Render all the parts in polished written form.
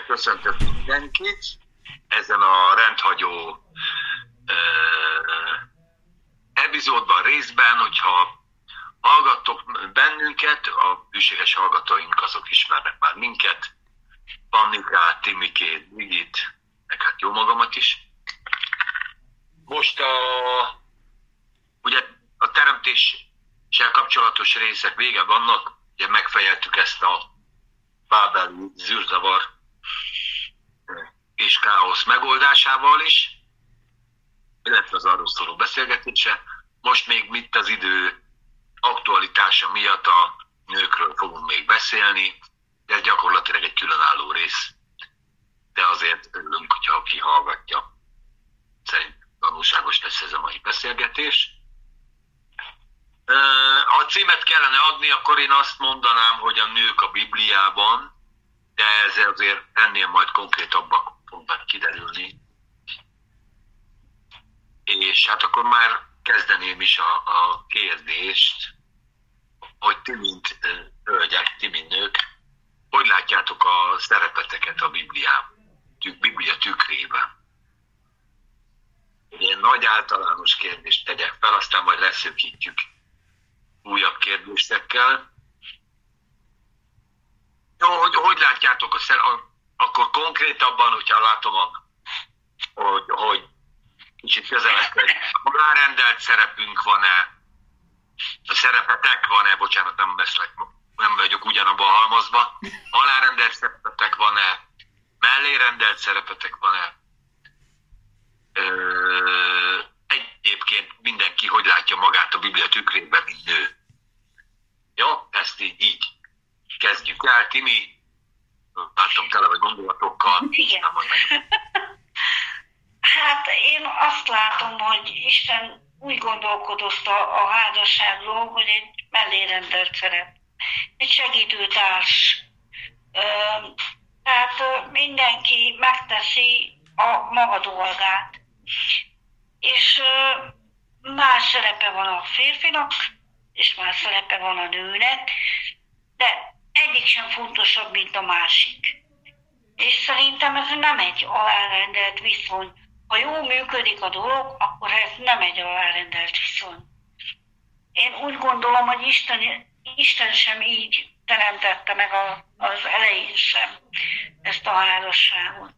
köszöntök mindenkit ezen a rendhagyó epizódban, részben, hogyha hallgattok bennünket, a hűséges hallgatóink azok ismernek már minket, Pannikát, Timikét, Brigit, meg hát jó magamat is. Most ugye a teremtéssel kapcsolatos részek vége vannak, ugye megfejeltük ezt a bábeli zűrzavar és káosz megoldásával is, illetve az arról szóló beszélgetése. Most még mit az idő aktualitása miatt a nőkről fogunk még beszélni, de ez gyakorlatilag egy különálló rész, de azért örülünk, hogyha aki hallgatja. Szerintem tanulságos lesz ez a mai beszélgetés. Ha címet kellene adni, akkor én azt mondanám, hogy a nők a Bibliában, de ez azért ennél majd konkrétabbak fognak kiderülni. És hát akkor már kezdeném is a kérdést, hogy ti, mint hölgyek, ti, mint nők, hogy látjátok a szerepeteket a Biblia tükrében? Egy ilyen nagy általános kérdést tegyek fel, aztán majd leszűkítjük újabb kérdésekkel. Jó, hogy látjátok akkor konkrétabban, hogyha látom, hogy kicsit közelebb, alárendelt szerepünk van-e, a szerepetek van-e, bocsánat, nem vagyok ugyanabban a halmazban, alárendelt szerepetek van-e, mellérendelt szerepetek van-e, egyébként mindenki hogy látja magát a Biblia tükrében, mint nő. Jó, ezt így kezdjük el. Timi, látom tele vagy gondolatokkal. Igen. Hát én azt látom, hogy Isten úgy gondolkodott a házasságról, hogy egy mellérendelt szerep, egy segítőtárs. Tehát mindenki megteszi a maga dolgát. És más szerepe van a férfinak, és más szerepe van a nőnek, de egyik sem fontosabb, mint a másik. És szerintem ez nem egy alárendelt viszony. Ha jól működik a dolog, akkor ez nem egy alárendelt viszony. Én úgy gondolom, hogy Isten sem így teremtette meg az elején sem ezt a házasságot.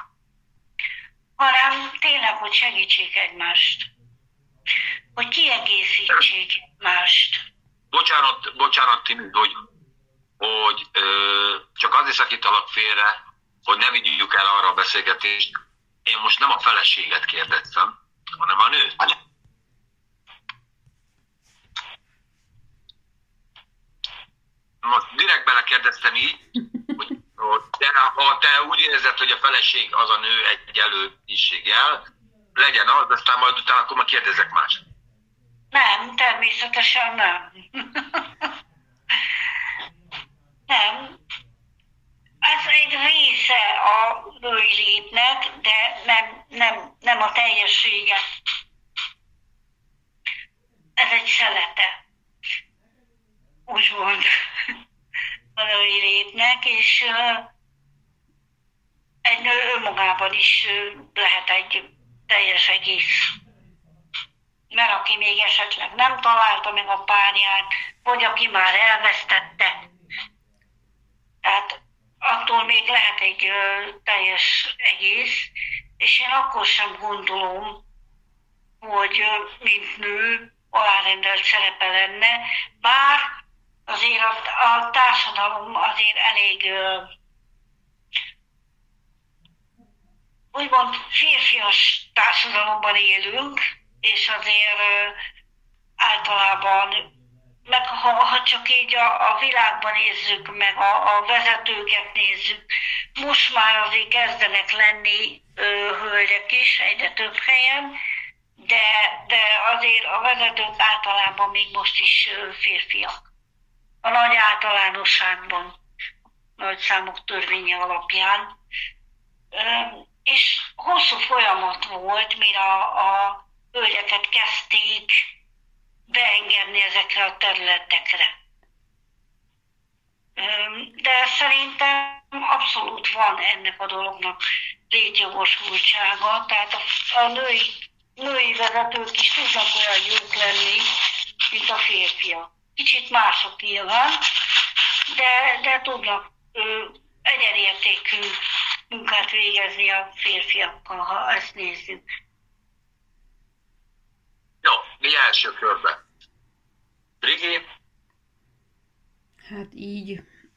Hanem tényleg, hogy segítsék egymást. Hogy kiegészítsék egymást. Bocsánat, Timi, hogy csak azért szakítalak félre, hogy ne vigyük el arra a beszélgetést. Én most nem a feleséget kérdeztem, hanem a nőt. Most direkt belekérdeztem így, hogy ha te úgy érzed, hogy a feleség az a nő egyenlőséggel, legyen az, aztán majd utána akkor majd kérdezek más. Nem, természetesen nem. Nem. Ez egy része a női létnek, de nem a teljessége. Ez egy szelete, úgymond, a női létnek, és egy nő önmagában is lehet egy teljes egész. Mert aki még esetleg nem találta meg a párját, vagy aki már elvesztette, tehát attól még lehet egy teljes egész, és én akkor sem gondolom, hogy mint nő alárendelt szerepe lenne, bár azért a társadalom azért elég úgymond férfias társadalomban élünk, és azért általában, meg ha csak így a világban nézzük, meg a vezetőket nézzük, most már azért kezdenek lenni hölgyek is egyre több helyen, de azért a vezetők általában még most is férfiak. A nagy általánosságban, nagy számok törvénye alapján. És hosszú folyamat volt, mire a hölgyeket kezdték beengedni ezekre a területekre. De szerintem abszolút van ennek a dolognak létjogosultsága, tehát a női vezetők is tudnak olyan jók lenni, mint a férfiak. Kicsit mások nyilván, de tudnak egyenértékű munkát végezni a férfiakkal, ha ezt nézzük. Jó, mi első körben. Brigi? Hát így.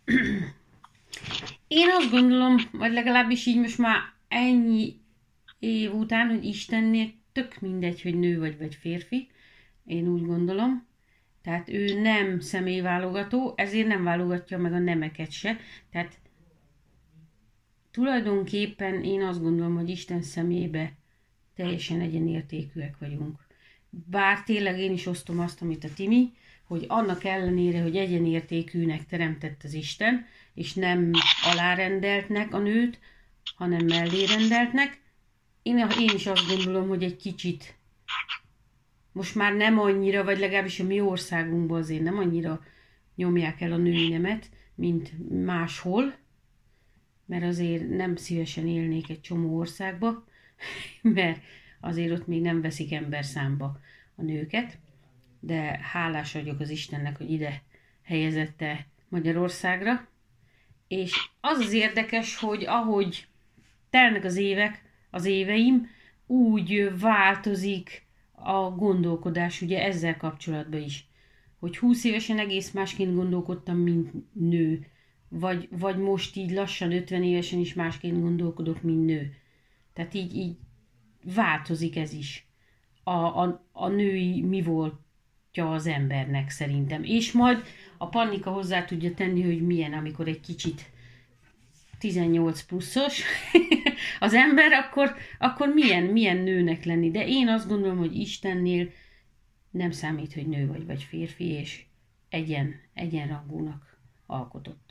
Én azt gondolom, vagy legalábbis így most már ennyi év után, hogy Istennél tök mindegy, hogy nő vagy férfi. Én úgy gondolom. Tehát ő nem személyválogató, ezért nem válogatja meg a nemeket se. Tehát tulajdonképpen én azt gondolom, hogy Isten szemébe teljesen egyenértékűek vagyunk. Bár tényleg én is osztom azt, amit a Timi, hogy annak ellenére, hogy egyenértékűnek teremtett az Isten, és nem alárendeltnek a nőt, hanem mellérendeltnek, én is azt gondolom, hogy egy kicsit most már nem annyira, vagy legalábbis a mi országunkban azért nem annyira nyomják el a női nemet, mint máshol, mert azért nem szívesen élnék egy csomó országba, mert azért ott még nem veszik ember számba a nőket, de hálás vagyok az Istennek, hogy ide helyezette Magyarországra, és az érdekes, hogy ahogy telnek az évek, az éveim, úgy változik a gondolkodás ugye ezzel kapcsolatban is. Hogy 20 évesen egész másként gondolkodtam, mint nő. Vagy most így lassan 50 évesen is másként gondolkodok, mint nő. Tehát így változik ez is. A női mi voltja az embernek szerintem. És majd a Pannika hozzá tudja tenni, hogy milyen, amikor egy kicsit 18 pluszos az ember, akkor milyen nőnek lenni. De én azt gondolom, hogy Istennél nem számít, hogy nő vagy férfi, és egyenrangúnak alkotott.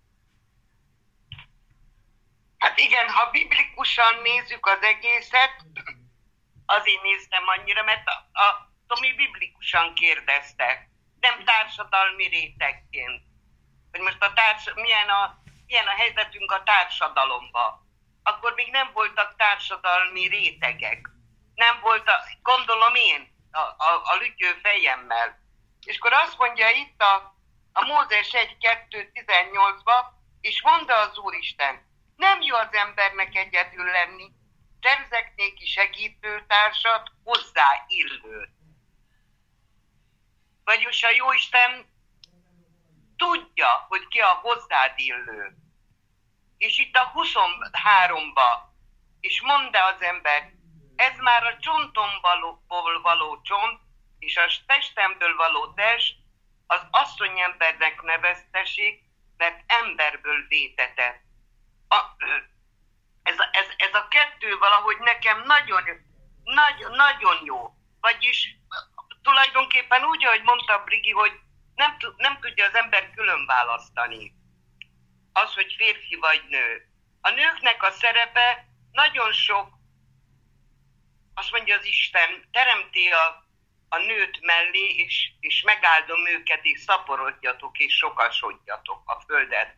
Hát igen, ha biblikusan nézzük az egészet, azért néztem annyira, mert a Tomi biblikusan kérdezte, nem társadalmi rétegként. Hogy most milyen a helyzetünk a társadalomban. Akkor még nem voltak társadalmi rétegek. Nem voltak, gondolom én, a lütyő fejemmel. És akkor azt mondja itt a Mózes 1.2.18-ban, és mondta az Úristen, nem jó az embernek egyedül lenni, szerzek néki segítőtársat, hozzá illőt. Vagyis a Jóisten tudja, hogy ki a hozzád illő. És itt a 23-ba is mondta az ember, ez már a csontomból való csont, és a testemből való test, az asszonyembernek neveztessék, mert emberből vétetett. Ez a kettő valahogy nekem nagyon jó. Vagyis tulajdonképpen úgy, ahogy mondta Brigi, hogy nem tudja az ember külön választani. Az, hogy férfi vagy nő. A nőknek a szerepe nagyon sok, azt mondja az Isten, teremti a nőt mellé, és megáldom őket, és szaporodjatok, és sokasodjatok a földet.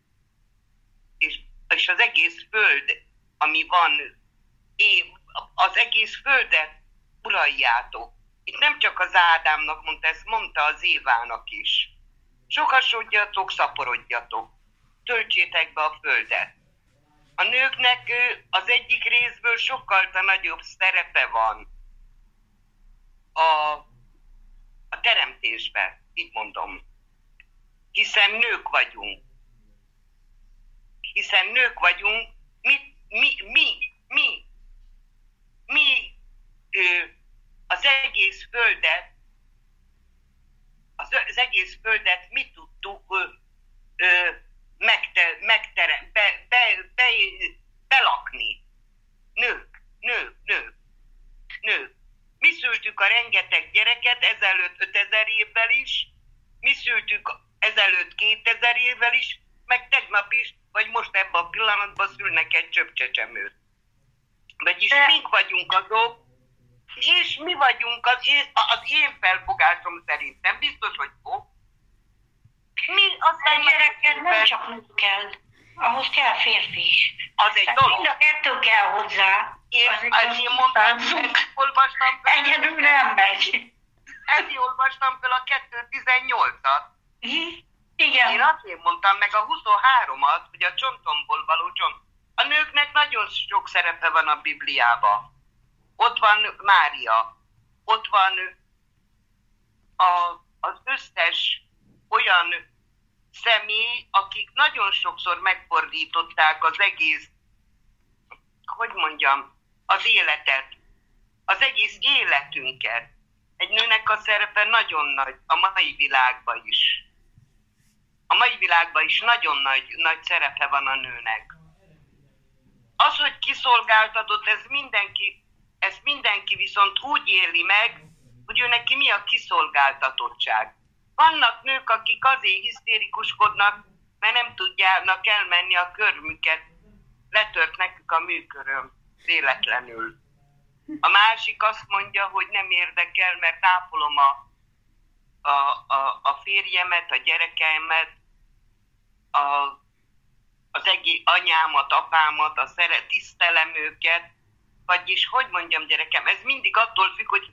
És az egész föld, ami van, az egész földet uraljátok. Itt nem csak az Ádámnak mondta, ezt mondta az Évának is. Sokasodjatok, szaporodjatok, töltsétek be a földet. A nőknek az egyik részből sokkal nagyobb szerepe van a teremtésben, így mondom. Hiszen nők vagyunk. Mi az egész földet mi tudtuk belakni. Nők. Mi szültük a rengeteg gyereket ezelőtt 5000 évvel is, mi szültük ezelőtt 2000 évvel is, meg tegnap is, vagy most ebben a pillanatban szülnek egy csöpcsecsemőt. Vagyis mink vagyunk azok, és mi vagyunk az én felfogásom szerint, nem biztos, hogy fog. Mi A gyereket nem csak nők kell ahhoz kell férfi is. Az egy Tehát dolog. mind a kettő kell hozzá. Én mondtam, ezt olvastam fel. Egyedül nem megy. Ezért olvastam fel a 2.18-at. Igen. Én azért mondtam meg a 23-at, hogy a csontomból való csont. A nőknek nagyon sok szerepe van a Bibliában. Ott van Mária, ott van az összes olyan személy, akik nagyon sokszor megfordították az egész, hogy mondjam, az életet, az egész életünket. Egy nőnek a szerepe nagyon nagy, a mai világban is. A mai világban is nagyon nagy szerepe van a nőnek. Az, hogy kiszolgáltatott, ezt mindenki viszont úgy éli meg, hogy ő neki mi a kiszolgáltatottság. Vannak nők, akik azért hisztérikuskodnak, mert nem tudjának elmenni a körmüket. Letört nekük a műköröm véletlenül. A másik azt mondja, hogy nem érdekel, mert ápolom a férjemet, a gyerekeimet, az egész anyámat, apámat, tisztelem őket. Vagyis, hogy mondjam gyerekem, ez mindig attól függ, hogy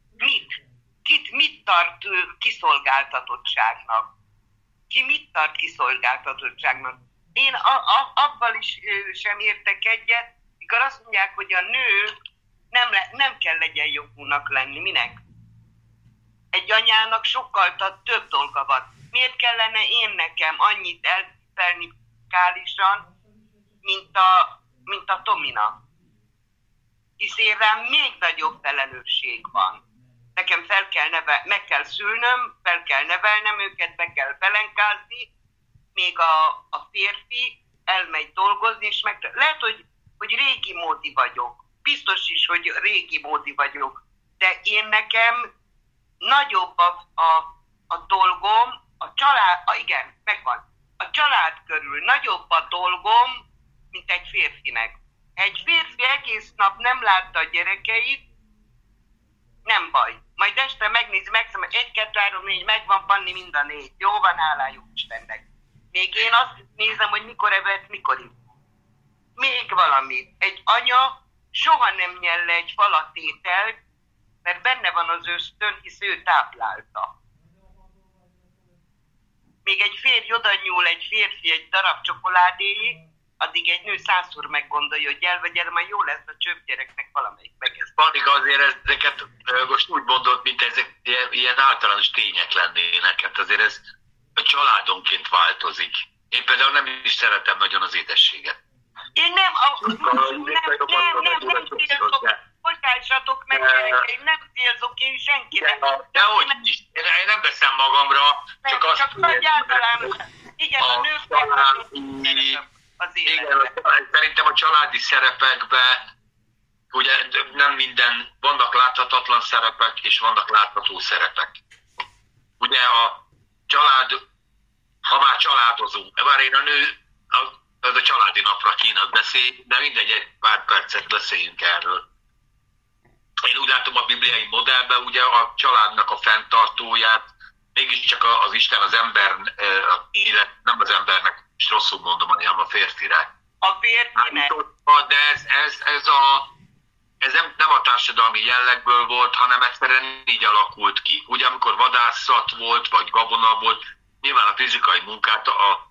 mit tart kiszolgáltatottságnak. Ki mit tart kiszolgáltatottságnak. Én abban is sem értek egyet, mikor azt mondják, hogy a nő nem kell legyen jogúnak lenni. Minek? Egy anyának sokkal több dolga van. Miért kellene én nekem annyit eltippelni kálisan, mint a Tomina? Hisz én rám még nagyobb felelősség van. Nekem meg kell szülnöm, fel kell nevelnem őket, be kell pelenkázni, még a férfi elmegy dolgozni, és lehet, hogy régi módi vagyok. Biztos is, hogy régi módi vagyok. De én nekem nagyobb a dolgom, a család, igen, megvan. A család körül nagyobb a dolgom, mint egy férfinek. Egy férfi egész nap nem látta a gyerekeit, nem baj. Majd este megszem, 1, 2, 3, 4, megvan Panni mind a 4. Jó van, hálá jó Istennek. Még én azt nézem, hogy mikor evett, mikor itt. Még valami. Egy anya soha nem nyel le egy falatételt, mert benne van az ösztön, hisz ő táplálta. Még egy férj oda nyúl egy férfi egy darab csokoládéig, addig egy nő 100-szor meggondolja, hogy elvegyel, majd jó lesz a csöpgyereknek valamelyik megesz. Panika azért ezeket most úgy mondod, mint ezek ilyen általános tények lennének. Hát azért ez a családonként változik. Én például nem is szeretem nagyon az édességet. Én nem célzok, bocsássatok meg gyerekeim, nem célzok én senkire. Dehogy is, én nem veszem magamra, csak azt... Csak nagy általában, igen, a nőknek az életben. Igen, szerintem a családi szerepekben ugye nem minden, vannak láthatatlan szerepek, és vannak látható szerepek. Ugye a család, ha már családozunk, bár én a nő, az a családi napra kínat beszél, de mindegy, egy pár percet beszéljünk erről. Én úgy látom a bibliai modellben ugye a családnak a fenntartóját, mégiscsak az Isten az ember, nem az embernek, és rosszul mondom, hanem a férfire. A férfinek. De ez nem a társadalmi jellegből volt, hanem egyszerűen így alakult ki. Ugye amikor vadászat volt, vagy gabona volt, nyilván a fizikai munkát, a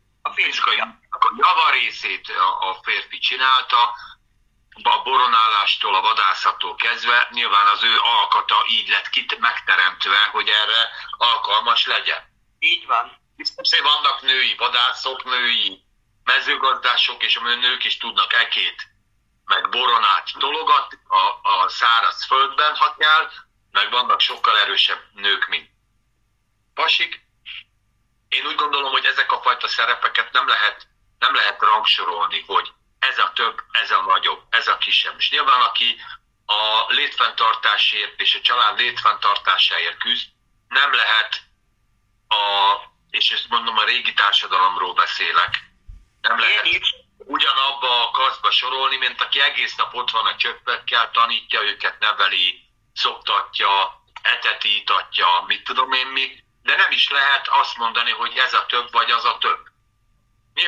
javarészét a férfi csinálta, a boronálástól, a vadászattól kezdve, nyilván az ő alkata így lett megteremtve, hogy erre alkalmas legyen. Így van. Biztos, vannak női vadászok, női mezőgazdások, és a nők is tudnak ekét, meg boronát tologatni a száraz földben, ha kell, meg vannak sokkal erősebb nők, mint pasik. Én úgy gondolom, hogy ezek a fajta szerepeket nem lehet rangsorolni, hogy ez a több, ez a nagyobb, ez a kisebb. És nyilván aki a létfenntartásért és a család létfenntartásáért küzd, nem lehet és ezt mondom, a régi társadalomról beszélek, nem lehet ugyanabba a kaszba sorolni, mint aki egész nap ott van a csöppekkel, tanítja őket, neveli, szoktatja, eteti, itatja, mit tudom én mi, de nem is lehet azt mondani, hogy ez a több, vagy az a több. Nyilván az is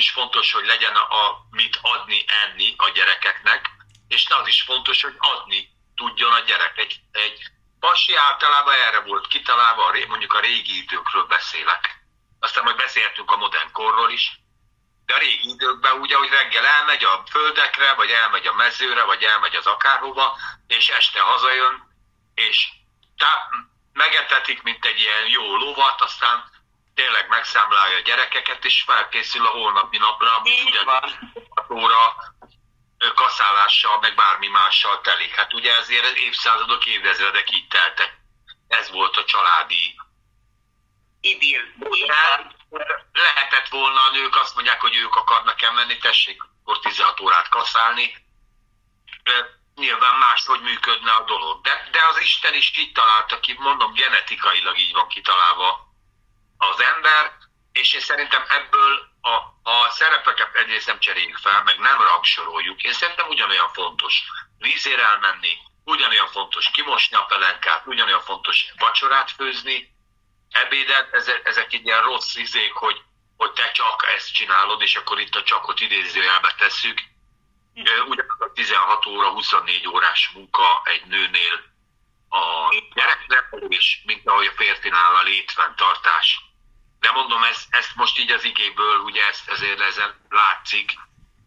is fontos, hogy legyen mit adni, enni a gyerekeknek, és az is fontos, hogy adni tudjon a gyerek. Egy pasi általában erre volt kitalálva, mondjuk a régi időkről beszélek. Aztán majd beszéltünk a modern korról is, de a régi időkben úgy, ahogy reggel elmegy a földekre, vagy elmegy a mezőre, vagy elmegy az akárhova, és este hazajön, és megetetik, mint egy ilyen jó lovat, aztán tényleg megszámlálja a gyerekeket, és felkészül a holnapi napra, ami ugyanúgy óra kaszálással, meg bármi mással telik. Hát ugye ezért évszázadok, évezredek így teltek. Ez volt a családi idill. Lehetett volna, a nők azt mondják, hogy ők akarnak elmenni, tessék akkor 16 órát kaszálni. Nyilván máshogy működne a dolog. De az Isten is így találta ki, mondom, genetikailag így van kitalálva az ember, és én szerintem ebből a szerepeket egyrészt nem cseréljük fel, meg nem rangsoroljuk. Én szerintem ugyanolyan fontos vízére elmenni, ugyanolyan fontos kimosni a pelenkát, ugyanolyan fontos vacsorát főzni, ebédet, ezek így ilyen rossz izék, hogy te csak ezt csinálod, és akkor itt a csakot idézőjelbe tesszük. Ugyanaz a 16 óra, 24 órás munka egy nőnél a gyerekre, és mint ahogy a férfinál a létfenntartás. De mondom, ezt most így az igéből, ugye ezért ezen látszik.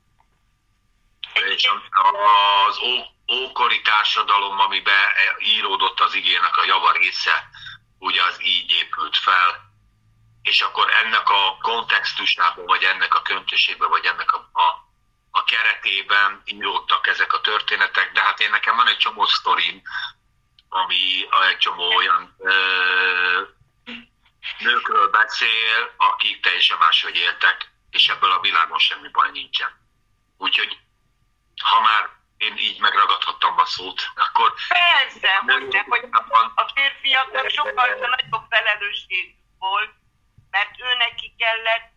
És az ókori társadalom, amiben íródott az igének a java része, ugye az így épült fel. És akkor ennek a kontextusában, vagy ennek a köntösében, vagy ennek a keretében íródtak ezek a történetek. De hát nekem van egy csomó sztorim, ami egy csomó olyan nőkről beszél, akik teljesen máshogy éltek, és ebből a világon semmi baj nincsen. Úgyhogy, ha már én így megragadhattam a szót, akkor... Persze, hogy a férfiaknak sokkal nagyobb felelősség volt, mert ő neki kellett...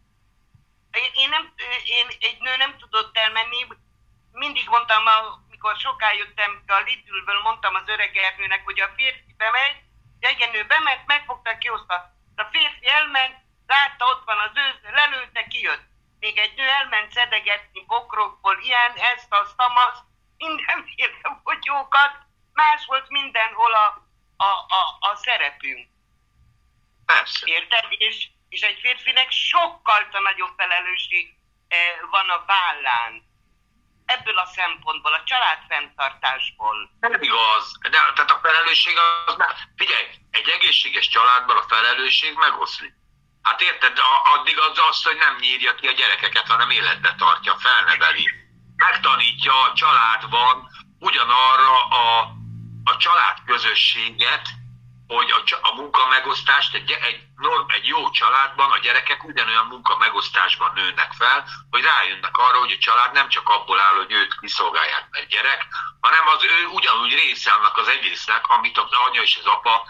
Egy nő nem tudott elmenni, mindig mondtam, amikor soká jöttem a Lidlből, mondtam az öreg Ernőnek, hogy a férfi bemegy, egy nő bement, megfogta, kihozta. A férfi elment, látta, ott van az ősz, lelőtte, kijött. Még egy nő elment szedegetni bokrokból, ilyen, ezt, azt, azt, mindenféle fogyókat, más volt mindenhol a szerepünk. Persze. Érted? És egy férfinek sokkal nagyobb felelősség van a vállán. Ebből a szempontból, a családfenntartásból. Nem igaz. De, tehát a felelősség az már... Figyelj, egy egészséges családban a felelősség megoszlik. Hát érted, addig az, hogy nem nyírja ki a gyerekeket, hanem életbe tartja, felneveli. Megtanítja a családban ugyanarra a családközösséget, hogy a munkamegosztást egy jó családban a gyerekek ugyanolyan munkamegosztásban nőnek fel, hogy rájönnek arra, hogy a család nem csak abból áll, hogy őt kiszolgálják, mert gyerek, hanem az ő ugyanúgy része annak az egésznek, amit az anya és az apa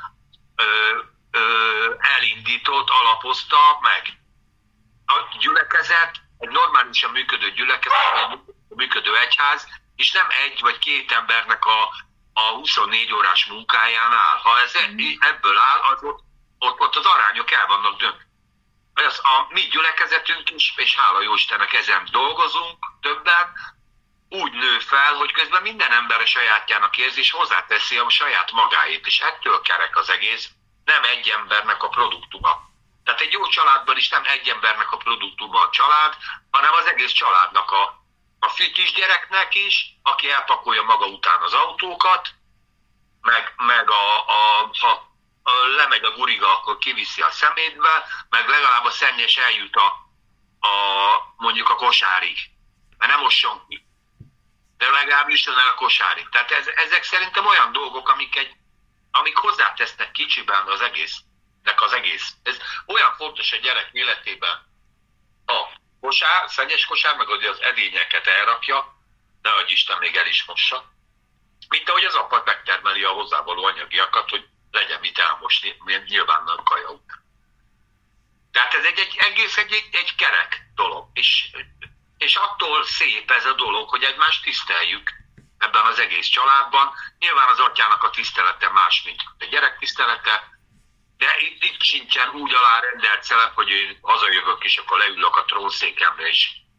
elindított, alapozta meg. A gyülekezet, egy normálisan működő gyülekezet, egy működő egyház, és nem egy vagy két embernek a 24 órás munkáján áll. Ha ez ebből áll, ott az arányok el vannak döntve. A mi gyülekezetünk is, és hála jó Istennek ezen dolgozunk többen, úgy nő fel, hogy közben minden ember a sajátjának érzi, és hozzáteszi a saját magáét, és ettől kerek az egész, nem egy embernek a produktuma. Tehát egy jó családban is nem egy embernek a produktuma a család, hanem az egész családnak a kisgyereknek is, aki elpakolja maga után az autókat, meg ha lemegy a guriga, akkor kiviszi a szemétbe, meg legalább a szennyes eljut mondjuk a kosárig, mert nem mosson ki. De legalább jusson el a kosárig. Tehát ezek szerintem olyan dolgok, amik hozzátesznek kicsiben az egész. Ez olyan fontos a gyerek életében. A kosár, szennyes kosár, meg az edényeket elrakja, nehogy Isten még el is mossa. Mint ahogy az apa megtermeli a hozzávaló anyagiakat, hogy legyen mit elmosni, nyilván nem kaja után. Tehát ez egy kerek dolog. És attól szép ez a dolog, hogy egymást tiszteljük ebben az egész családban. Nyilván az atyának a tisztelete más, mint a gyerek tisztelete, de itt sincsen úgy alárendelt szelep, hogy én hazajövök, és akkor leülök a trónszékemre, és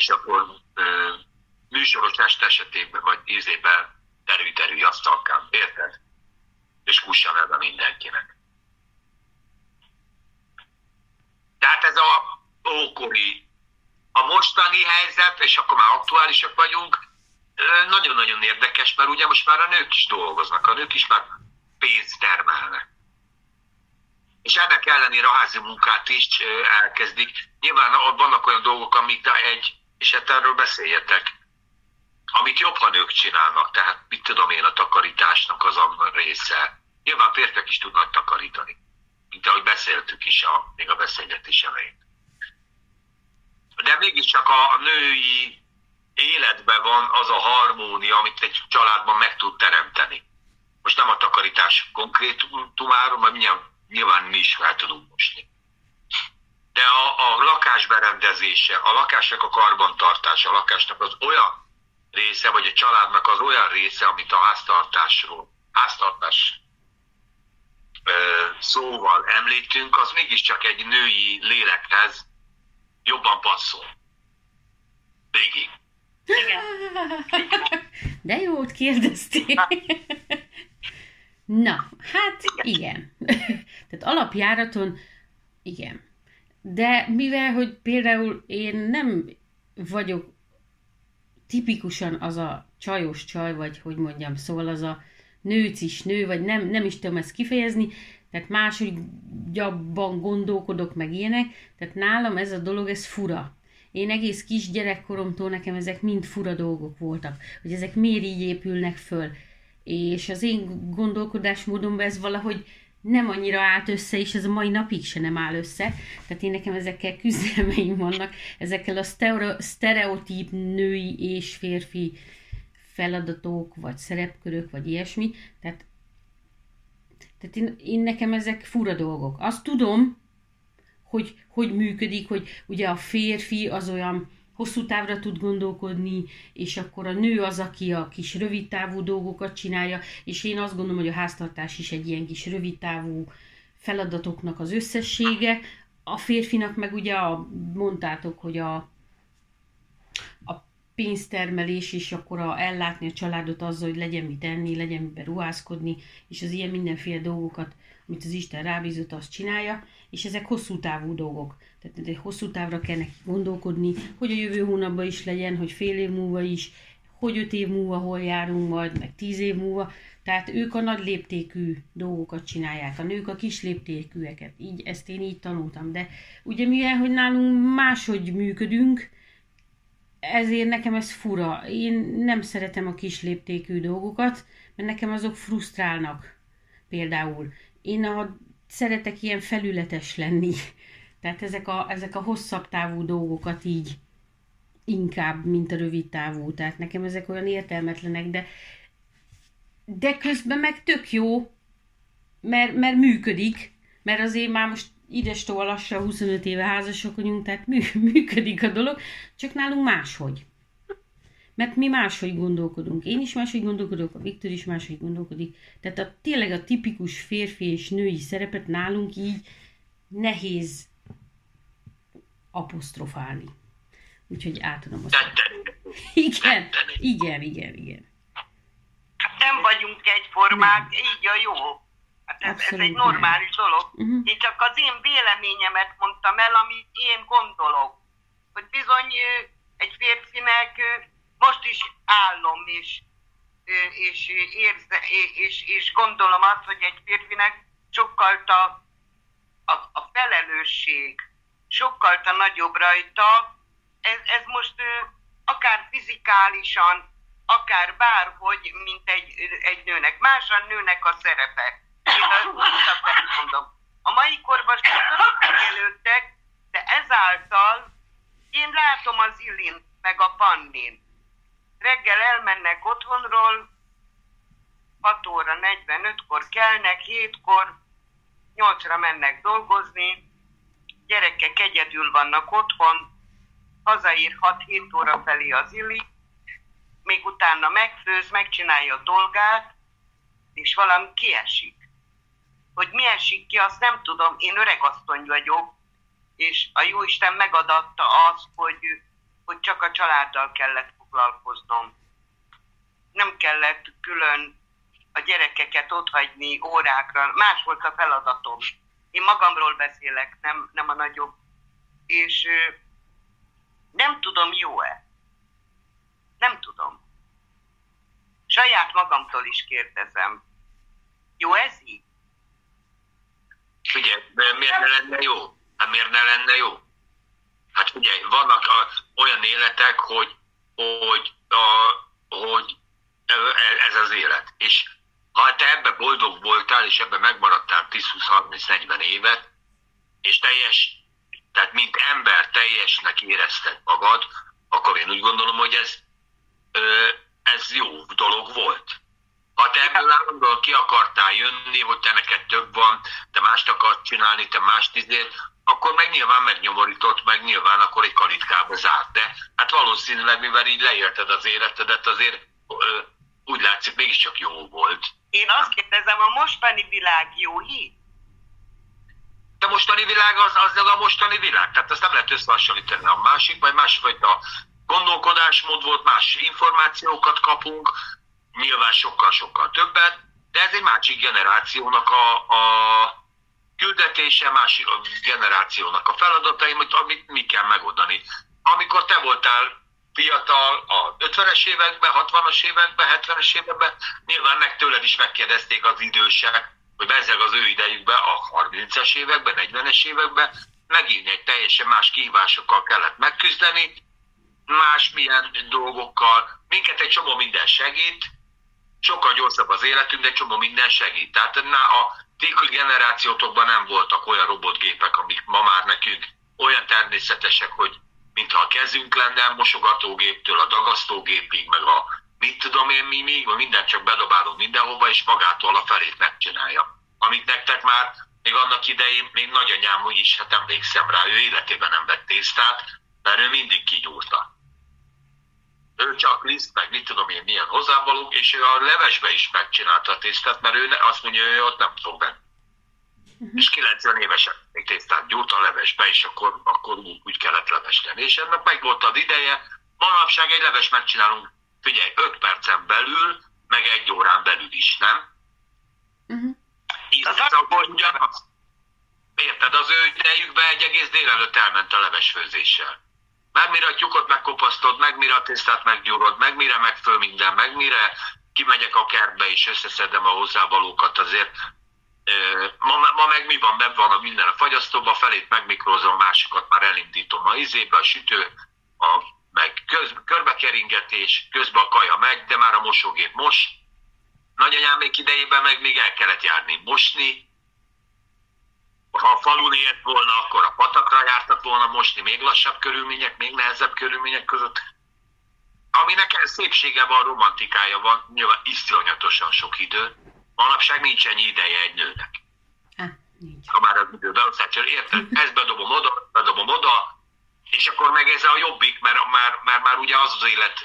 és akkor műsoros test esetében, vagy ízében terű asztalkán, érted? És kussan el a mindenkinek. Tehát ez a ókori, a mostani helyzet, és akkor már aktuálisak vagyunk, nagyon-nagyon érdekes, mert ugye most már a nők is dolgoznak, a nők is már pénzt termelnek. És ennek ellenére a házi munkát is elkezdik. Nyilván vannak olyan dolgok, amit és hát erről beszéljetek, amit jobb, ha nők csinálnak, tehát mit tudom én, a takarításnak az a része. Nyilván férfiak is tudnak takarítani, mint ahogy beszéltük is még a beszélgetés elején. De mégiscsak a női életben van az a harmónia, amit egy családban meg tud teremteni. Most nem a takarítás konkrétumáról, mert nyilván mi is fel tudunk mosni. De a lakás berendezése, a lakásnak a karbantartása, a lakásnak az olyan része, vagy a családnak az olyan része, amit a háztartás szóval említünk, az mégiscsak egy női lélekhez jobban passzol. Végig. De jót kérdeztél. Na, hát igen. Tehát alapjáraton igen. De mivel, hogy például én nem vagyok tipikusan az a csajos csaj, vagy hogy mondjam, szóval az a nőcis nő, vagy nem is tudom ezt kifejezni, tehát máshogy jobban gondolkodok, meg ilyenek, tehát nálam ez a dolog, ez fura. Én egész kis gyerekkoromtól nekem ezek mind fura dolgok voltak, hogy ezek miért így épülnek föl. És az én gondolkodásmódomban ez valahogy nem annyira állt össze, és ez a mai napig se nem áll össze. Tehát én nekem ezekkel küzdelmeim vannak, ezekkel a sztereotíp női és férfi feladatok, vagy szerepkörök, vagy ilyesmi. Tehát én nekem ezek fura dolgok. Azt tudom, hogy működik, hogy ugye a férfi az olyan hosszú távra tud gondolkodni, és akkor a nő az, aki a kis rövidtávú dolgokat csinálja, és én azt gondolom, hogy a háztartás is egy ilyen kis rövidtávú feladatoknak az összessége. A férfinak meg ugye mondtátok, hogy a pénztermelés, és akkor ellátni a családot azzal, hogy legyen mit enni, legyen miben ruházkodni, és az ilyen mindenféle dolgokat, amit az Isten rábízott, azt csinálja, és ezek hosszú távú dolgok. Tehát egy hosszú távra kell neki gondolkodni, hogy a jövő hónapban is legyen, hogy fél év múlva is, hogy 5 év múlva hol járunk majd, meg 10 év múlva. Tehát ők a nagy léptékű dolgokat csinálják, a nők a kis léptékűeket. Ezt én így tanultam. De ugye mivel, hogy nálunk máshogy működünk, ezért nekem ez fura. Én nem szeretem a kis léptékű dolgokat, mert nekem azok frusztrálnak. Például. Én szeretek ilyen felületes lenni. Tehát ezek a hosszabb távú dolgokat így inkább, mint a rövid távú. Tehát nekem ezek olyan értelmetlenek, de közben meg tök jó, mert működik. Mert azért már most idestől lassan 25 éve házasok vagyunk, tehát működik a dolog, csak nálunk máshogy. Mert mi máshogy gondolkodunk. Én is máshogy gondolkodok, a Viktor is máshogy gondolkodik. Tehát tényleg a tipikus férfi és női szerepet nálunk így nehéz apostrofálni. Úgyhogy átadom azt. Igen. Nem vagyunk egyformák, így a jó. Hát ez egy normális dolog. Én csak az én véleményemet mondtam el, amit én gondolok. Hogy bizony egy férfinek most is állom, és gondolom azt, hogy egy férfinek sokkal a felelősség sokkal nagyobb rajta. Ez most akár fizikálisan, akár bárhogy, mint egy nőnek. Más a nőnek a szerepe. Én azt mondom. A mai korban sokat megjelöltek, de ezáltal én látom az Illin meg a Pannin. Reggel elmennek otthonról, 6 óra 45-kor kelnek, 7-kor, 8-ra mennek dolgozni, gyerekek egyedül vannak otthon, hazaír 6-7 óra felé az Illi, még utána megfőz, megcsinálja a dolgát, és valami kiesik. Hogy mi esik ki, azt nem tudom, én öregasszony vagyok, és a Jóisten megadatta azt, hogy csak a családdal kellett foglalkoznom. Nem kellett külön a gyerekeket otthagyni órákra, más volt a feladatom. Én magamról beszélek, nem a nagyobb. És nem tudom, jó-e? Nem tudom. Saját magamtól is kérdezem. Jó ez így? Figyelj, miért ne lenne jó? Hát miért ne lenne jó? Hát figyelj, vannak olyan életek, hogy ez az élet. És ha te ebbe boldog voltál, és ebbe megmaradtál 10-20-30-40 évet, és tehát mint ember teljesnek érezted magad, akkor én úgy gondolom, hogy ez jó dolog volt. Ha te ebből állandóan ki akartál jönni, hogy te neked több van, te mást akarsz csinálni, te mást izért, akkor meg nyilván megnyomorított, meg nyilván akkor egy kalitkába zárt. De hát valószínűleg, mivel így leélted az életedet, azért úgy látszik, mégiscsak jó volt. Én azt kérdezem, a mostani világ jó hír? A mostani világ az a mostani világ. Tehát ezt nem lehet összehasonlítani a másik, vagy másfajta gondolkodásmód volt, más információkat kapunk, nyilván sokkal-sokkal többet, de ez egy másik generációnak a küldetése, másik generációnak a feladatai, amit mi kell megoldani. Amikor te voltál fiatal a 50-es években, 60-as években, 70-es években, nyilván tőled is megkérdezték az idősek, hogy bezzeg az ő idejükben, a 30-as években, 40-es években megint egy teljesen más kihívásokkal kellett megküzdeni, más milyen dolgokkal. Minket egy csomó minden segít, sokkal gyorsabb az életünk, de egy csomó minden segít. Tehát a ti generációtokban nem voltak olyan robotgépek, amik ma már nekünk olyan természetesek, hogy mintha a kezünk lenne, mosogatógéptől a dagasztógépig, meg a mit tudom én mi, mindent csak bedobálunk mindenhova, és magától a felét megcsinálja. Amit nektek már még annak idején, még nagyanyám úgy is, hát emlékszem rá, ő életében nem vett tésztát, mert ő mindig kigyúrta. Ő csak liszt, meg mit tudom én milyen hozzávalók, és ő a levesbe is megcsinálta a tésztát, mert ő azt mondja, hogy ő ott nem fog benni. És 90 évesen még tésztát gyúrt a levesbe, és akkor úgy kellett leves lenni. És ennek meg volt az ideje, manapság egy leves megcsinálunk, figyelj, 5 percen belül, meg 1 órán belül is, nem? Akkor ugyanaz. Érted, az ő idejükben egy egész délelőtt elment a levesfőzéssel. Meg mire a tyúkot megkopasztod, meg mire a tésztát meggyúrod, meg mire megföl minden, meg mire kimegyek a kertbe és összeszedem a hozzávalókat, azért ma meg mi van, benne van a minden a fagyasztóba, a felét megmikrózom, a másikat már elindítom a izébe, a sütő, meg körbekeringetés, közben a kaja meg, de már a mosógép mos. Nagyanyám még idejében meg még el kellett járni mosni. Ha a falun élt volna, akkor a patakra jártak volna mosni, még lassabb körülmények, még nehezebb körülmények között. Aminek szépsége van, romantikája van, nyilván iszonyatosan sok idő. Manapság nincs ennyi ideje egy nőnek. Nincs. Ha már az idő beosztásra, érted? Ezt bedobom oda, és akkor meg ez a jobbik, mert már ugye az élet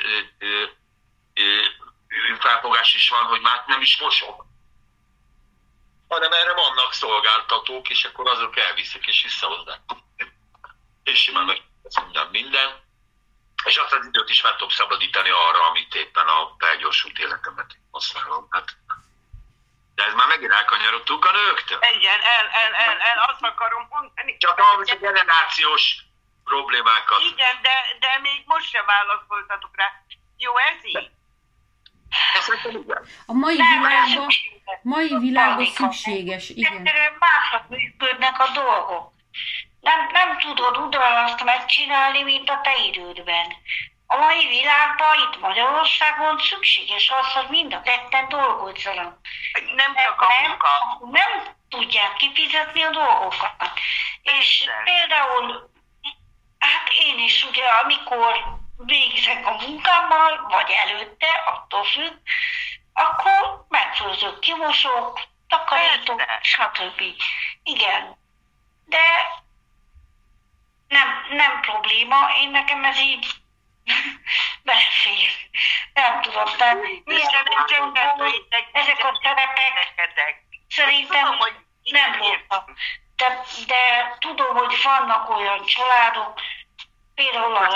felfogás is van, hogy már nem is mosok. Hanem erre vannak szolgáltatók, és akkor azok elviszik és visszahozzák. És simán megteszem minden. És azt az időt is meg tudom szabadítani arra, amit éppen a felgyorsult életemet használom. Hát, de ez már megint elkanyarodtunk a nőktől. Igen, azt akarom mondani. Csak a generációs problémákat. Igen, de még most sem válaszoltatok rá. Jó, ez így? A mai világban szükséges, igen. Mások működnek a dolgok. Nem tudod ugyanazt megcsinálni, mint a te idődben. A mai világban, itt Magyarországon szükséges az, hogy mind a ketten dolgozzanak. Nem csak a munka. Nem tudják kifizetni a dolgokat. És például, hát én is ugye, amikor végzek a munkámmal, vagy előtte, attól függ, akkor megfőzök, kimosok, takarítok, stb. Igen. De nem probléma, én nekem ez így belefér. Nem tudom, de ezek a terepek szerintem nem voltak. De tudom, hogy vannak olyan családok, Például a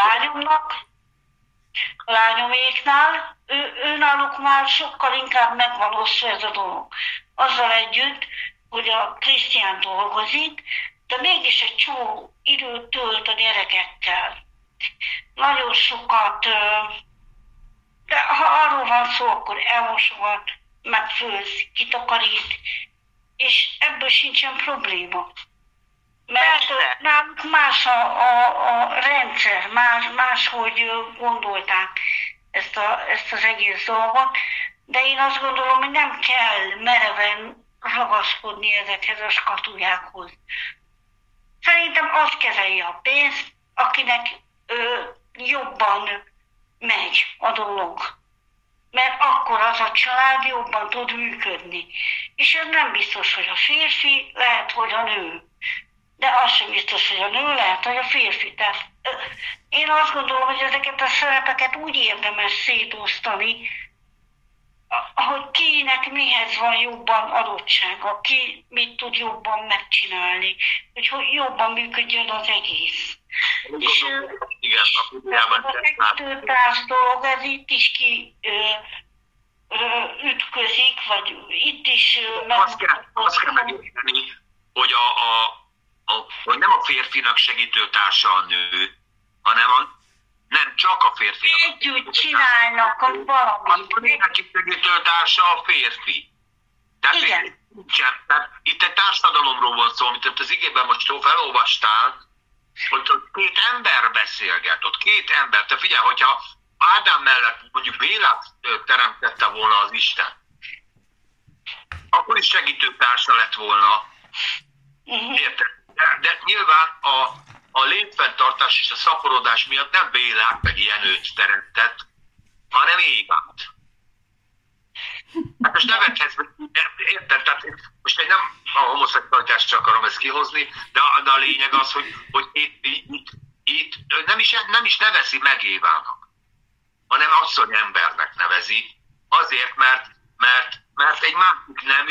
lányoméknál, ő náluk már sokkal inkább megvan osztva ez a dolog. Azzal együtt, hogy a Krisztián dolgozik, de mégis egy csomó időt tölt a gyerekekkel. Nagyon sokat, de ha arról van szó, akkor elmosogat, megfőz, kitakarít, és ebből sincsen probléma. Mert Persze. náluk más a rendszer, máshogy gondolták ezt az egész dolgot, de én azt gondolom, hogy nem kell mereven ragaszkodni ezekhez a skatujákhoz. Szerintem azt kezelje a pénzt, akinek jobban megy a dolog. Mert akkor az a család jobban tud működni. És ez nem biztos, hogy a férfi, lehet, hogy a nő. De az sem biztos, hogy a nő, lehet, hogy a férfi. Tehát én azt gondolom, hogy ezeket a szerepeket úgy érdemes szétosztani, hogy kinek mihez van jobban adottsága, ki mit tud jobban megcsinálni, hogy jobban működjön az egész. És Igen, a Bibliában a segítőtárs dolog, ez itt is ütközik, vagy itt is... Azt kell megérteni, hogy hogy nem a férfinak segítőtársa a nő, hanem nem csak a férfinak. Együtt csinálnak valamit. Neki segítőtársa a férfi. Tehát Igen. itt egy társadalomról van szó, amit az igében most felolvastál, hogy ott két ember beszélget, ott két ember. Te figyelj, hogyha Ádám mellett mondjuk Bélát teremtette volna az Isten, akkor is segítőtársa lett volna. Érted? De nyilván a létfenntartás és a szaporodás miatt nem Bélát meg Jenőt teremtett, hanem Évát. Hát most nevethetsz, érted? Tehát most én nem a homoszexualitást akarom ezt kihozni, de a lényeg az, hogy itt nem is nevezi meg Évának, hanem asszony embernek nevezi, azért, mert egy másik nemű,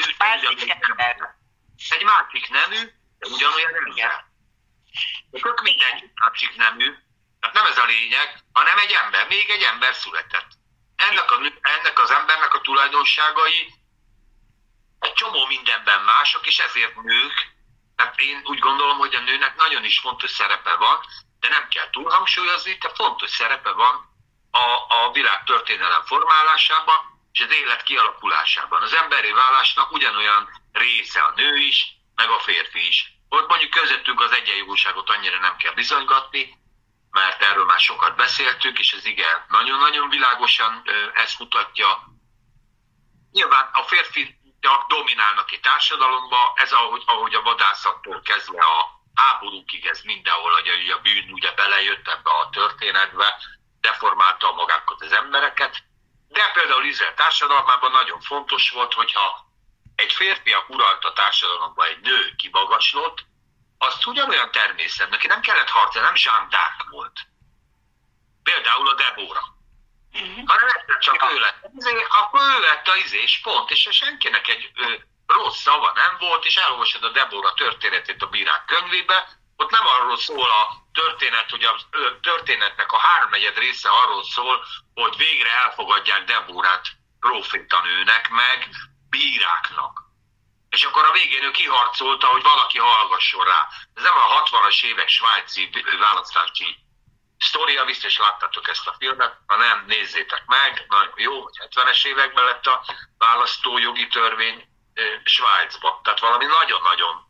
egy másik nemű, de ugyanolyan ember. Tök mindegy másik nemű, tehát nem ez a lényeg, hanem egy ember, még egy ember született. Ennek az embernek a tulajdonságai egy csomó mindenben mások, és ezért nők. Tehát én úgy gondolom, hogy a nőnek nagyon is fontos szerepe van, de nem kell túlhangsúlyozni, de fontos szerepe van a világ történelem formálásában és az élet kialakulásában. Az emberi válásnak ugyanolyan része a nő is, meg a férfi is. Ott mondjuk közöttünk az egyenjogúságot annyira nem kell bizonygatni, mert erről már sokat beszéltünk, és ez igen, nagyon-nagyon világosan ezt mutatja. Nyilván a férfiak dominálnak egy társadalomba, ez ahogy a vadászattól kezdve a háborúkig, ez mindenhol, hogy a bűn ugye belejött ebbe a történetbe, deformálta magákat az embereket, de például Izrael társadalmában nagyon fontos volt, hogyha egy férfiak uralta társadalomban egy nő kimagaslott, azt ugyanolyan természet, neki nem kellett harcolni, nem Jeanne d'Arc volt. Például a Debora. Hanem egyszer csak ő lett, akkor ő lett a és pont, és senkinek egy rossz szava nem volt, és elolvasod a Debora történetét a Bírák könyvébe, ott nem arról szól a történet, hogy a történetnek a 3/4 része arról szól, hogy végre elfogadják Deborát profétanőnek, meg bíráknak. És akkor a végén ő kiharcolta, hogy valaki hallgasson rá. Ez nem a 60-as évek svájci választási sztoria, biztos láttátok ezt a filmet, ha nem, nézzétek meg, nagyon jó, hogy 70-es években lett a választójogi törvény Svájcban. Tehát valami nagyon-nagyon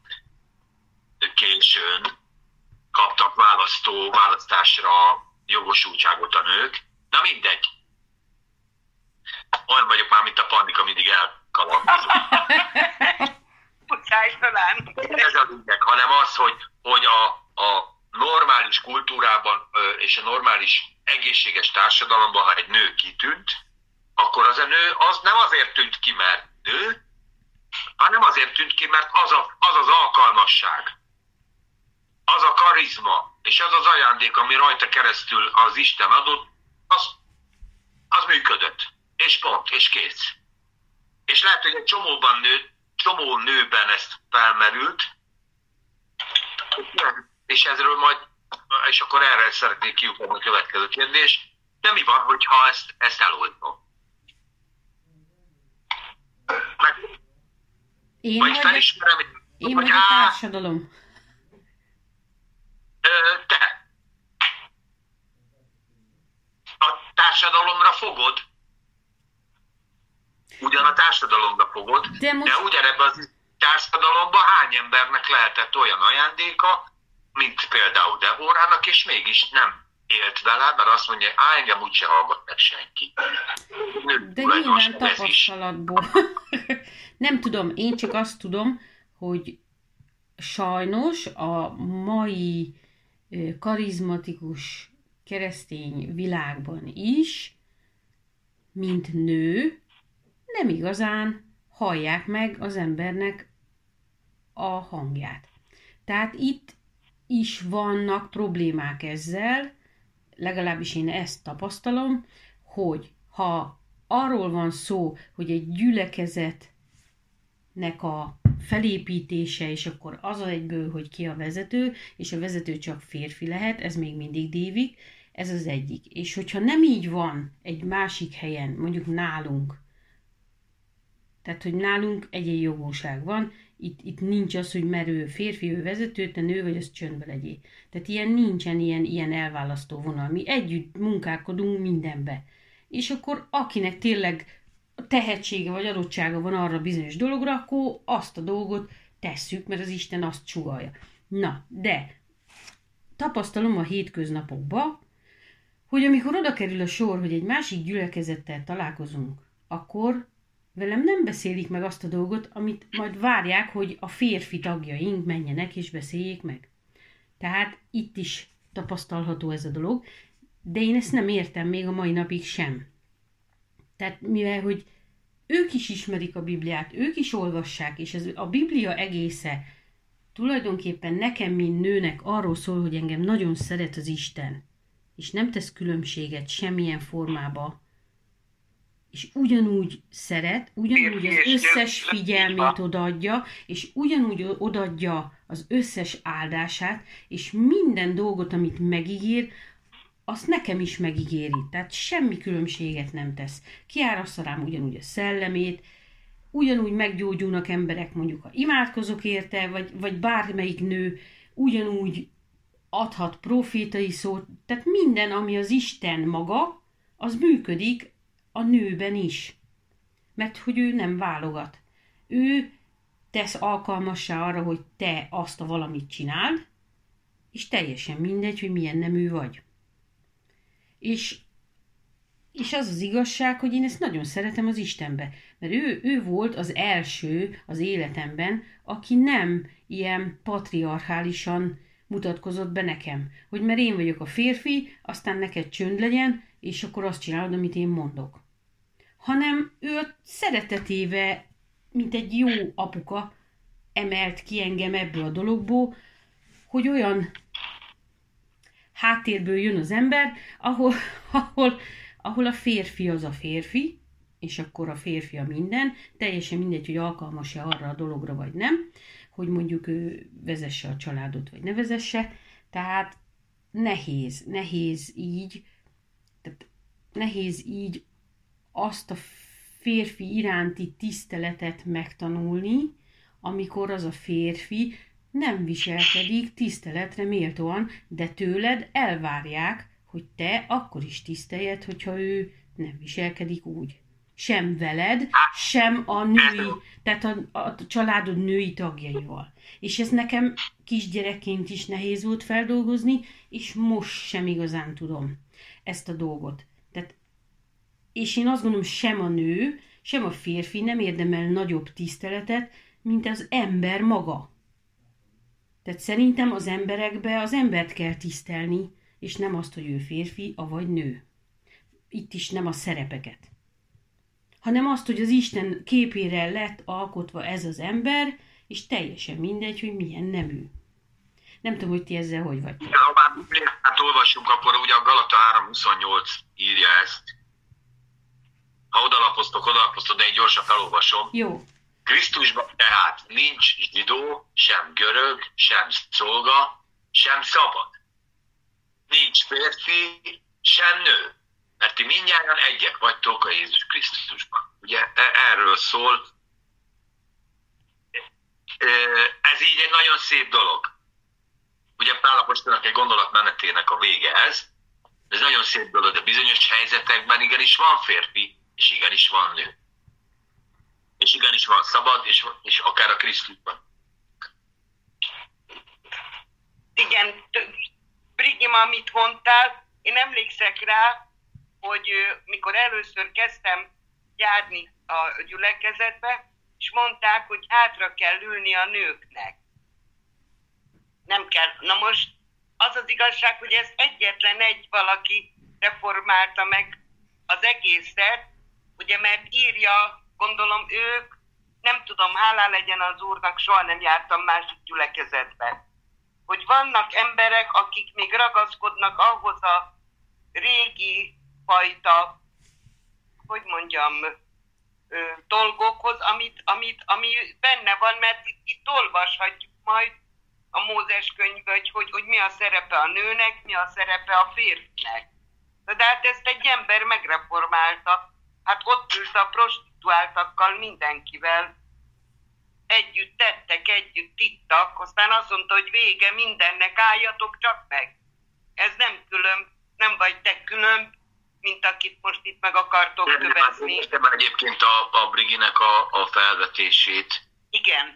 későn kaptak választásra jogosultságot a nők. Na mindegy. Olyan vagyok már, mint a Pannika, mindig elkalandozom. Ez a lényeg, hanem az, hogy a normális kultúrában és a normális egészséges társadalomban, ha egy nő kitűnt, akkor az a nő az nem azért tűnt ki, mert nő, hanem azért tűnt ki, mert az az alkalmasság, az a karizma, és az az ajándék, ami rajta keresztül az Isten adott, az működött. És pont, és kész. És lehet, hogy egy csomó nőben ezt felmerült, és ezről majd és akkor erre szeretnék kiukadni a következő kérdés. De mi van, hogyha ezt eloldom? Vagy felismerem, én vagy a társadalom? Te. A társadalomra fogod. Ugyan a társadalomra fogod, de ugyanebben az társadalomban hány embernek lehetett olyan ajándéka, mint például Debórának, és mégis nem élt vele, mert azt mondja, engem úgyse hallgat meg senki. De nyilván tapasztalatból. Nem tudom, én csak azt tudom, hogy sajnos a mai karizmatikus keresztény világban is, mint nő, nem igazán hallják meg az embernek a hangját. Tehát itt is vannak problémák ezzel, legalábbis én ezt tapasztalom, hogy ha arról van szó, hogy egy gyülekezetnek a felépítése, és akkor az egyből, hogy ki a vezető, és a vezető csak férfi lehet, ez még mindig dévik, ez az egyik. És hogyha nem így van egy másik helyen, mondjuk nálunk, tehát, hogy nálunk egyenjogúság van, itt nincs az, hogy mert ő férfi, ő vezető, te nő vagy, az csöndbe legyél. Tehát nincsen ilyen elválasztó vonal. Mi együtt munkálkodunk mindenbe. És akkor akinek tényleg tehetsége vagy adottsága van arra bizonyos dologra, akkor azt a dolgot tesszük, mert az Isten azt sugallja. Na, de tapasztalom a hétköznapokban, hogy amikor oda kerül a sor, hogy egy másik gyülekezettel találkozunk, akkor velem nem beszélik meg azt a dolgot, amit majd várják, hogy a férfi tagjaink menjenek és beszéljék meg. Tehát itt is tapasztalható ez a dolog, de én ezt nem értem még a mai napig sem. Tehát mivel, hogy ők is ismerik a Bibliát, ők is olvassák, és ez a Biblia egésze tulajdonképpen nekem, mint nőnek arról szól, hogy engem nagyon szeret az Isten, és nem tesz különbséget semmilyen formába, és ugyanúgy szeret, ugyanúgy az összes figyelmét odaadja, és ugyanúgy odaadja az összes áldását, és minden dolgot, amit megígér, azt nekem is megígéri. Tehát semmi különbséget nem tesz. Kiárassza rám ugyanúgy a szellemét, ugyanúgy meggyógyulnak emberek, mondjuk ha imádkozok érte, vagy bármelyik nő ugyanúgy adhat profétai szót. Tehát minden, ami az Isten maga, az működik a nőben is. Mert hogy ő nem válogat. Ő tesz alkalmassá arra, hogy te azt a valamit csináld, és teljesen mindegy, hogy milyen nemű vagy. És az az igazság, hogy én ezt nagyon szeretem az Istenbe. Mert ő volt az első az életemben, aki nem ilyen patriarchálisan mutatkozott be nekem. Hogy mert én vagyok a férfi, aztán neked csönd legyen, és akkor azt csinálod, amit én mondok. Hanem ő a szeretetével, mint egy jó apuka, emelt ki engem ebből a dologból, hogy olyan háttérből jön az ember, ahol a férfi az a férfi, és akkor a férfi a minden, teljesen mindegy, hogy alkalmas-e arra a dologra, vagy nem, hogy mondjuk ő vezesse a családot, vagy ne vezesse. Tehát nehéz így azt a férfi iránti tiszteletet megtanulni, amikor az a férfi nem viselkedik tiszteletre méltóan, de tőled elvárják, hogy te akkor is tiszteljed, hogyha ő nem viselkedik úgy. Sem veled, sem a női, tehát a családod női tagjaival. És ez nekem kisgyerekként is nehéz volt feldolgozni, és most sem igazán tudom ezt a dolgot. Tehát, és én azt gondolom, sem a nő, sem a férfi nem érdemel nagyobb tiszteletet, mint az ember maga. Tehát szerintem az emberekbe az embert kell tisztelni, és nem azt, hogy ő férfi, avagy nő. Itt is nem a szerepeket. Hanem azt, hogy az Isten képére lett alkotva ez az ember, és teljesen mindegy, hogy milyen nemű. Nem tudom, hogy ti ezzel hogy vagytok. Ha már Bibliát olvassunk, akkor ugye a Galata 3.28 írja ezt. Ha odalapoztok, de egy gyorsan felolvasom. Jó. Krisztusban tehát nincs zsidó, sem görög, sem szolga, sem szabad. nincs férfi, sem nő. Mert ti mindjárt egyek vagytok a Jézus Krisztusban. Ugye erről szól. Ez így egy nagyon szép dolog. Ugye Pál apostolnak egy gondolatmenetének a vége ez. Ez nagyon szép dolog, de bizonyos helyzetekben igenis van férfi, és igenis van nő. És igenis van szabad, és akár a Krisztusban. Igen, Brigim, amit mondtál, én emlékszek rá, hogy mikor először kezdtem járni a gyülekezetbe, és mondták, hogy hátra kell ülni a nőknek. Nem kell. Na most az az igazság, hogy ez egyetlen egy valaki reformálta meg az egészet, ugye, mert írja, gondolom ők, nem tudom, hálá legyen az Úrnak, soha nem jártam másik gyülekezetbe, hogy vannak emberek, akik még ragaszkodnak ahhoz a régi fajta, hogy mondjam, dolgokhoz, ami benne van, mert itt olvashatjuk majd a Mózes könyvben, hogy mi a szerepe a nőnek, mi a szerepe a férfinek. De hát ezt egy ember megreformálta. Hát ott ült a prostituáltakkal, mindenkivel. Együtt tettek, együtt ittak, aztán azt mondta, hogy vége mindennek, álljatok csak meg. Ez nem külön, nem vagy te külön, mint akit most itt meg akartok kövezni. Értem egyébként a Briginek a felvetését. Igen.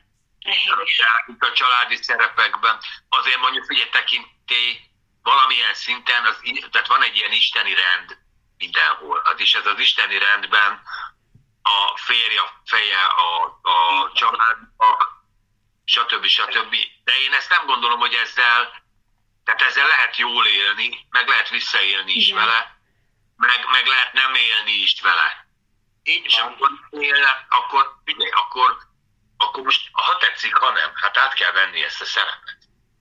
Itt a családi szerepekben. Azért mondjuk, figyelj, tekintély valamilyen szinten, tehát van egy ilyen isteni rend mindenhol. És ez az isteni rendben a férj a feje, a családnak, stb. De én ezt nem gondolom, hogy ezzel lehet jól élni, meg lehet visszaélni is vele, meg lehet nem élni is vele. És amikor él, akkor figyelj, akkor most, ha tetszik, ha nem, hát át kell venni ezt a szerepet.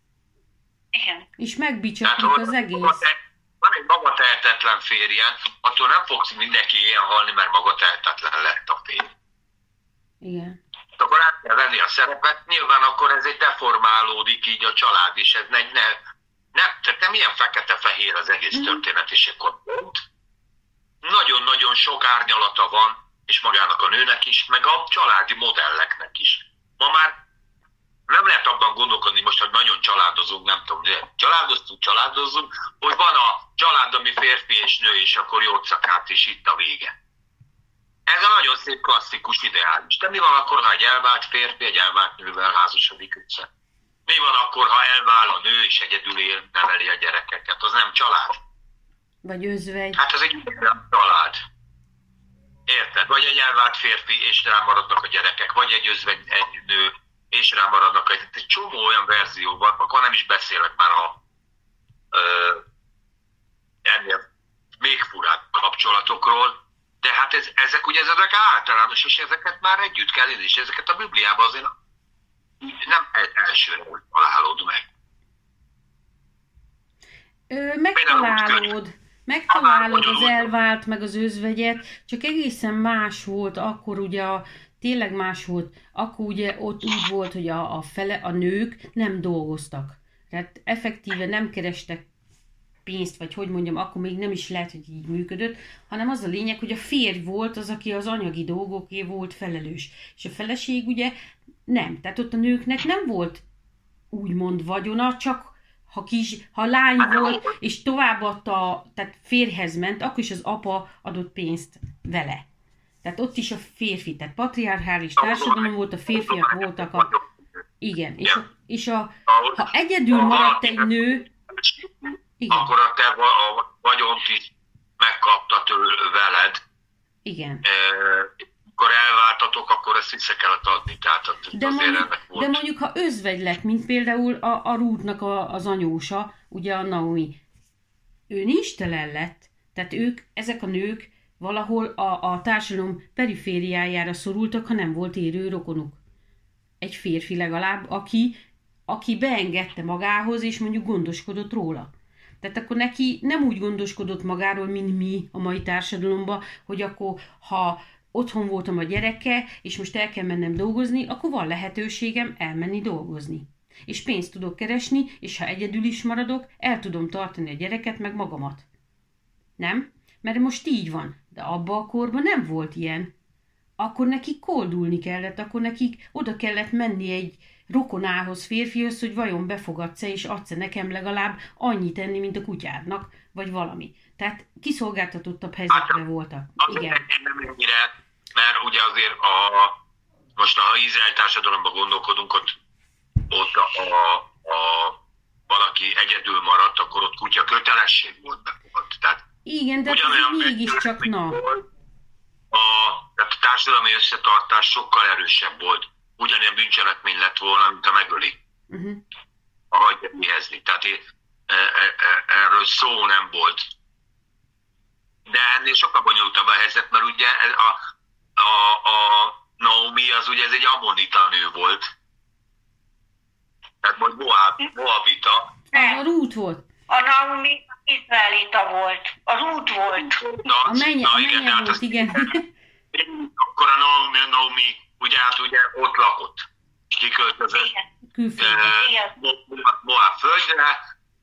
Igen. És megbicsaklik az egész. Van egy magatehetetlen férjen, attól nem fogsz mindenki ilyen halni, mert magatehetetlen lett a férj. Igen. Akkor át kell venni a szerepet, nyilván akkor ez egy deformálódik így a család is, ez tehát nem ilyen fekete-fehér az egész történet, és akkor nagyon-nagyon sok árnyalata van, és magának a nőnek is, meg a családi modelleknek is. Ma már nem lehet abban gondolkodni most, hogy nagyon családozunk, nem tudom, de családozzunk, hogy van a család, ami férfi és nő, és akkor jócakát, és itt a vége. Ez a nagyon szép klasszikus ideális. De mi van akkor, ha egy elvált férfi, egy elvált nővel házasodik össze? Mi van akkor, ha elvál a nő, és egyedül él, neveli a gyerekeket? Az nem család. Vagy özvegy. Hát ez egy család. Érted? Vagy egy elvált férfi, és rámaradnak a gyerekek, vagy egy özvegy, egy nő, és rámaradnak. Egy csomó olyan verzió van, akkor nem is beszélek már ennél még furább kapcsolatokról, de hát ezek általános, és ezeket már együtt kell élni, és ezeket a Bibliában azért nem elsőre találod meg. Megtalálod az elvált, meg az özvegyet, csak egészen más volt akkor ugye, tényleg más volt, akkor ugye ott úgy volt, hogy a nők nem dolgoztak. Tehát effektíve nem kerestek pénzt, vagy hogy mondjam, akkor még nem is lehet, hogy így működött, hanem az a lényeg, hogy a férj volt az, aki az anyagi dolgoké volt felelős. És a feleség ugye nem. Tehát ott a nőknek nem volt úgymond vagyona, csak ha lány volt, és továbbadta, tehát férjhez ment, akkor is az apa adott pénzt vele. Tehát ott is a férfi, tehát patriarchális társadalom volt, a férfiak voltak igen, ha egyedül maradt egy nő, igen. Akkor te a vagyont is megkaptad veled. Igen. Akkor elváltatok, akkor ezt vissza kellett adni. Tehát de mondjuk, ha özvegy lett, mint például a Rútnak az anyósa, ugye a Naomi, ő nincstelen lett. Tehát ezek a nők valahol a társadalom perifériájára szorultak, ha nem volt érő rokonuk. Egy férfi legalább, aki beengedte magához, és mondjuk gondoskodott róla. Tehát akkor neki nem úgy gondoskodott magáról, mint mi a mai társadalomban, hogy akkor, ha otthon voltam a gyereke, és most el kell mennem dolgozni, akkor van lehetőségem elmenni dolgozni. És pénzt tudok keresni, és ha egyedül is maradok, el tudom tartani a gyereket, meg magamat. Nem? Mert most így van. De abban a korban nem volt ilyen. Akkor nekik koldulni kellett, akkor nekik oda kellett menni egy rokonához, férfihoz, hogy vajon befogadsz-e, és adsz-e nekem legalább annyit enni, mint a kutyádnak, vagy valami. Tehát kiszolgáltatottabb helyzetben voltak. Igen. Nem ennyire, mert ugye azért most ha Izrael társadalomban gondolkodunk, ott valaki egyedül maradt, akkor ott kutya kötelesség volt befogadni. Tehát igen, de mégiscsak tehát a társadalmi összetartás sokkal erősebb volt. Ugyanilyen bűncselekmény lett volna, mint a megöli. A hagyja kihezni. Tehát erről szó nem volt. De ennél sokkal bonyolultabb a helyzet, mert ugye a Naomi az ugye ez egy ammonita nő volt. Tehát majd Moabita. A Rút volt. A Naomi izraelita volt. A Rút volt. A menye volt, igen. Akkor a Naomi ugye ott lakott. Kiköltözött Moab földre.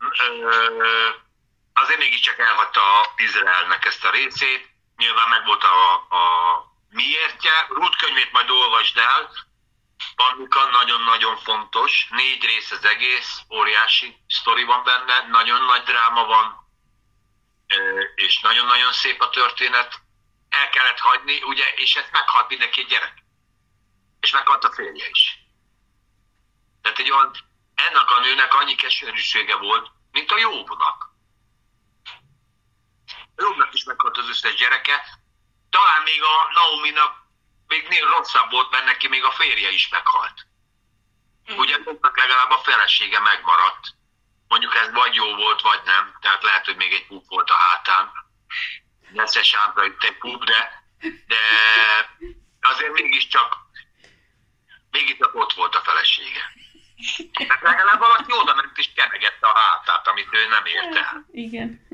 Azért mégiscsak elhagyta Izraelnek ezt a részét. Nyilván megvolt a miértje. Rút könyvét majd olvasd el. Pannika nagyon-nagyon fontos. 4 rész az egész, óriási sztori van benne, nagyon nagy dráma van, és nagyon-nagyon szép a történet. El kellett hagyni, ugye, és ezt meghalt mindenki egy gyerek. És meghalt a férje is. Tehát ennek a nőnek annyi keserűsége volt, mint a Jóbnak. A Jóbnak is meghalt az összes gyereke. Talán még a Naominak még rosszabb volt, mert neki még a férje is meghalt. Ugye legalább a felesége megmaradt. Mondjuk ez vagy jó volt, vagy nem. Tehát lehet, hogy még egy pup volt a hátán. Nesze sántra itt egy pup, de azért mégiscsak ott volt a felesége. Tehát legalább valaki oda ment és kenegette a hátát, amit ő nem ért el. Igen.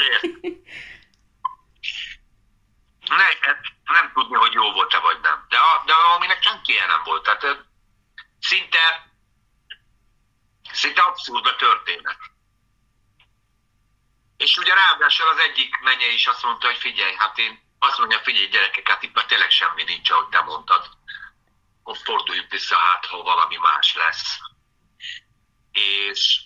Nem tudni, hogy jó volt-e vagy nem. De aminek senki ilyen nem volt. Tehát szinte abszurd a történet. És ugye ráadásul az egyik menye is azt mondta, hogy figyelj, figyelj gyerekek, hát itt már tényleg semmi nincs, ahogy te mondtad. Akkor forduljunk vissza ha valami más lesz. És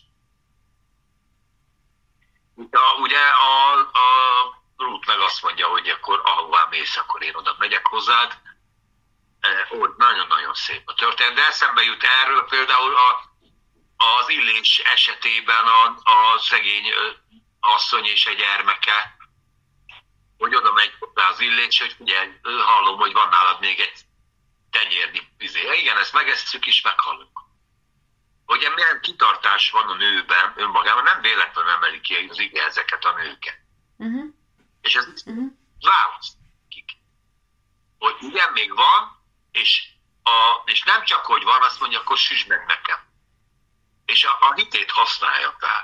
ugye a Rút meg azt mondja, hogy akkor ahová mész, akkor én oda megyek hozzád. Ott nagyon-nagyon szép a történet. De eszembe jut erről például az Illés esetében a szegény asszony és egy gyermeke, hogy oda megy hozzá az Illés, hogy ugye hallom, hogy van nálad még egy tenyérnyi vizé. Igen, ezt megesszük és meghallunk. Hogy milyen kitartás van a nőben önmagában, nem véletlenül emeli ki az ige ezeket a nőket. És ez választ kik. Hogy igen, még van, és nem csak, hogy van, azt mondja, akkor süsd meg nekem. És a hitét használja fel.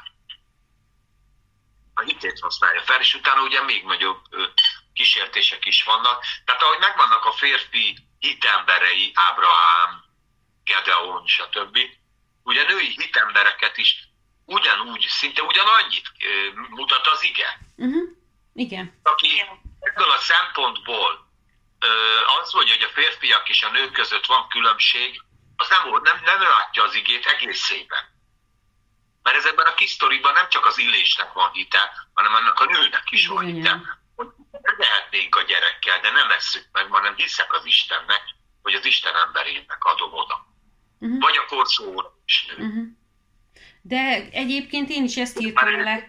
A hitét használja fel, és utána ugye még nagyobb kísértések is vannak. Tehát ahogy megvannak a férfi hitemberei, Ábrahám, Gedeon, stb., ugye női hitembereket is ugyanúgy, szinte ugyanannyit mutat az ige. Igen. Aki ebből a szempontból az, hogy a férfiak és a nők között van különbség, az nem látja az igét egészében. Mert ezekben a kis sztoriban nem csak az Illésnek van hite, hanem annak a nőnek is van hite. Lehetnénk a gyerekkel, de nem esszük meg, hanem hiszek az Istennek, hogy az Isten emberének adom oda. Vagy a korszóra is nő. De egyébként én is ezt írtam le,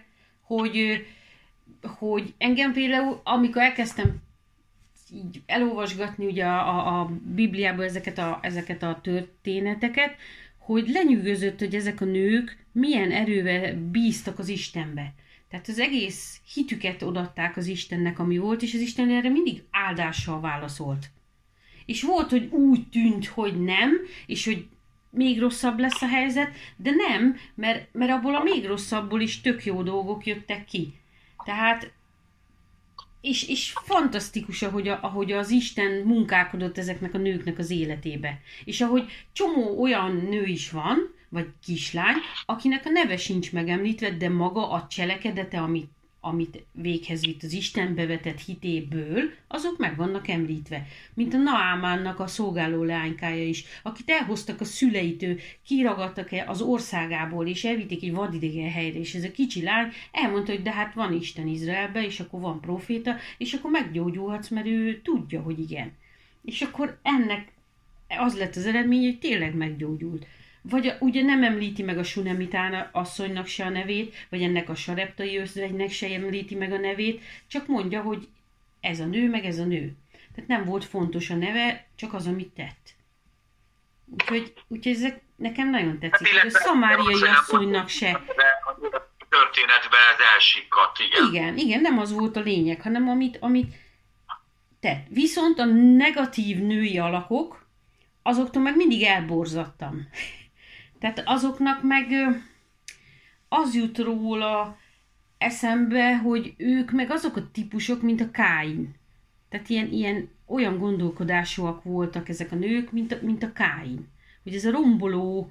hogy engem például, amikor elkezdtem így elolvasgatni ugye a Bibliából ezeket a történeteket, hogy lenyűgözött, hogy ezek a nők milyen erővel bíztak az Istenbe. Tehát az egész hitüket odaadták az Istennek, ami volt, és az Isten erre mindig áldással válaszolt. És volt, hogy úgy tűnt, hogy nem, és hogy még rosszabb lesz a helyzet, de nem, mert abból a még rosszabbból is tök jó dolgok jöttek ki. Tehát, és fantasztikus, ahogy az Isten munkálkodott ezeknek a nőknek az életébe. És ahogy csomó olyan nő is van, vagy kislány, akinek a neve sincs megemlítve, de maga a cselekedete, amit véghez vitt az Istenbe vetett hitéből, azok meg vannak említve. Mint a Naámánnak a szolgáló leánykája is, akit elhoztak a szüleitől, kiragadtak az országából, és elvitték egy vadidegen helyre, és ez a kicsi lány elmondta, hogy de hát van Isten Izraelben, és akkor van proféta, és akkor meggyógyulhatsz, mert ő tudja, hogy igen. És akkor ennek az lett az eredmény, hogy tényleg meggyógyult. Vagy ugye nem említi meg a Sunemitán asszonynak se a nevét, vagy ennek a sareptai özvegynek se említi meg a nevét, csak mondja, hogy ez a nő, meg ez a nő. Tehát nem volt fontos a neve, csak az, amit tett. Úgyhogy ezek nekem nagyon tetszik. Hát, a szamáriai asszonynak se. A történetben ez elsikadt, igen. Igen, nem az volt a lényeg, hanem amit tett. Viszont a negatív női alakok, azoktól meg mindig elborzadtam. Tehát azoknak meg az jut róla eszembe, hogy ők meg azok a típusok, mint a Káin. Tehát olyan gondolkodásúak voltak ezek a nők, mint a Káin. Hogy ez a romboló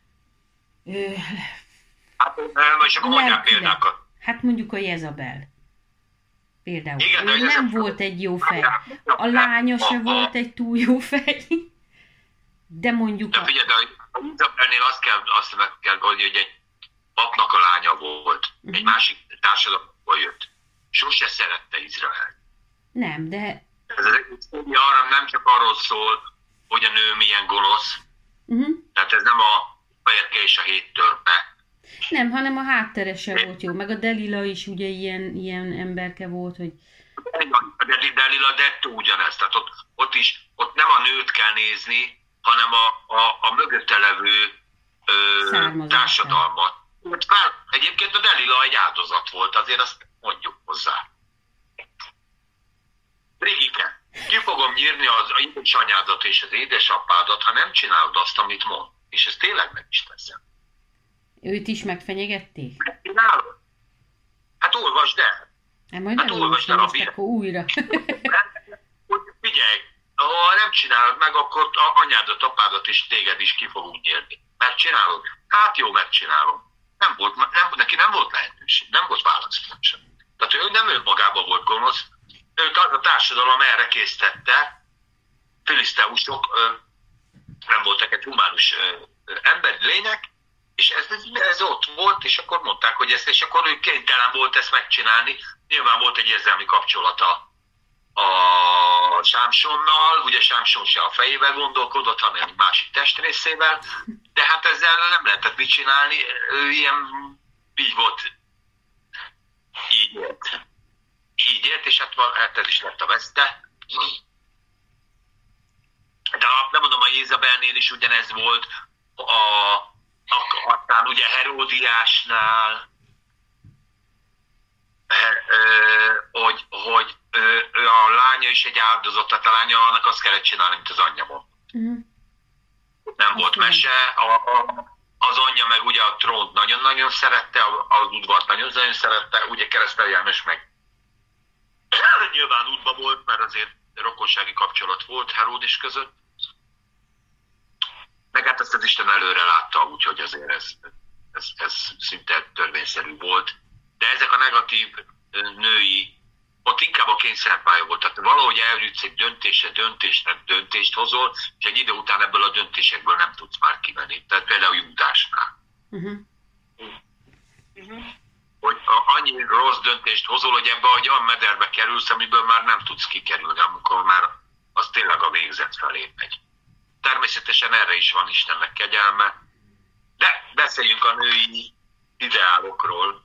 hát, és akkor mondjál példákat. Hát mondjuk a Jezabel. Például. Igen, ő nem volt egy jó fej. A lánya se volt egy túl jó fej. De mondjuk... De figyelj, a Izabelnél azt kell gondolni, hogy egy papnak a lánya volt. Egy másik társadalomból jött. Sose szerette Izrael. Nem, de... Ez az egész arra nem csak arról szól, hogy a nő milyen gonosz. Tehát ez nem a fejerke és a 7 törpe. Nem, hanem a háttere se volt jó. Meg a Delila is ugye ilyen emberke volt, hogy... Delila dettó ugyanezt. Tehát ott nem a nőt kell nézni, hanem a mögötte levő társadalmat. Egyébként a Delila egy áldozat volt, azért azt mondjuk hozzá. Brigike, ki fogom nyírni az édesanyádat és az édesapádat, ha nem csinálod azt, amit mond. És ezt tényleg meg is teszem. Őt is megfenyegették? Csinálod? Hát olvasd el. Hát olvasd el a akkor újra. Figyelj, ha nem csinálod meg, akkor anyádat, apádat és téged is ki fogunk nyírni. Megcsinálod? Hát jó, megcsinálom. Neki nem volt lehetőség, nem volt választás. Tehát ő nem önmagában volt gonosz, őt a társadalom erre késztette, filiszteusok nem voltak egy humánus emberi lények, és ez ott volt, és akkor mondták, hogy ezt, és akkor ő kénytelen volt ezt megcsinálni. Nyilván volt egy érzelmi kapcsolata a Sámsonnal, ugye Sámson se a fejével gondolkodott, hanem egy másik testrészével, de hát ezzel nem lehetett mit csinálni, ő így volt, így élt, és hát ez is lett a veszte. De nem mondom, a Jézabelnél is ugyanez volt, aztán ugye Heródiásnál, hogy a lánya is egy áldozat, tehát a lánya annak azt kellett csinálni, mint az anyja mondta. Nem volt mese, az anyja meg ugye a trónt nagyon-nagyon szerette, az udvart nagyon-nagyon szerette, ugye Keresztelő János meg nyilván útban volt, mert azért rokonsági kapcsolat volt Heródis között. Meg hát ezt az Isten előre látta, úgyhogy azért ez szinte törvényszerű volt. De ezek a negatív női, ott inkább a kényszerpálya volt. Tehát valahogy eljutsz egy döntést hozol, és egy idő után ebből a döntésekből nem tudsz már kimenni. Tehát például Júdásnál. Hogy annyi rossz döntést hozol, hogy ebbe egy olyan mederbe kerülsz, amiből már nem tudsz kikerülni, amikor már az tényleg a végzet felé megy. Természetesen erre is van Istennek kegyelme, de beszéljünk a női ideálokról.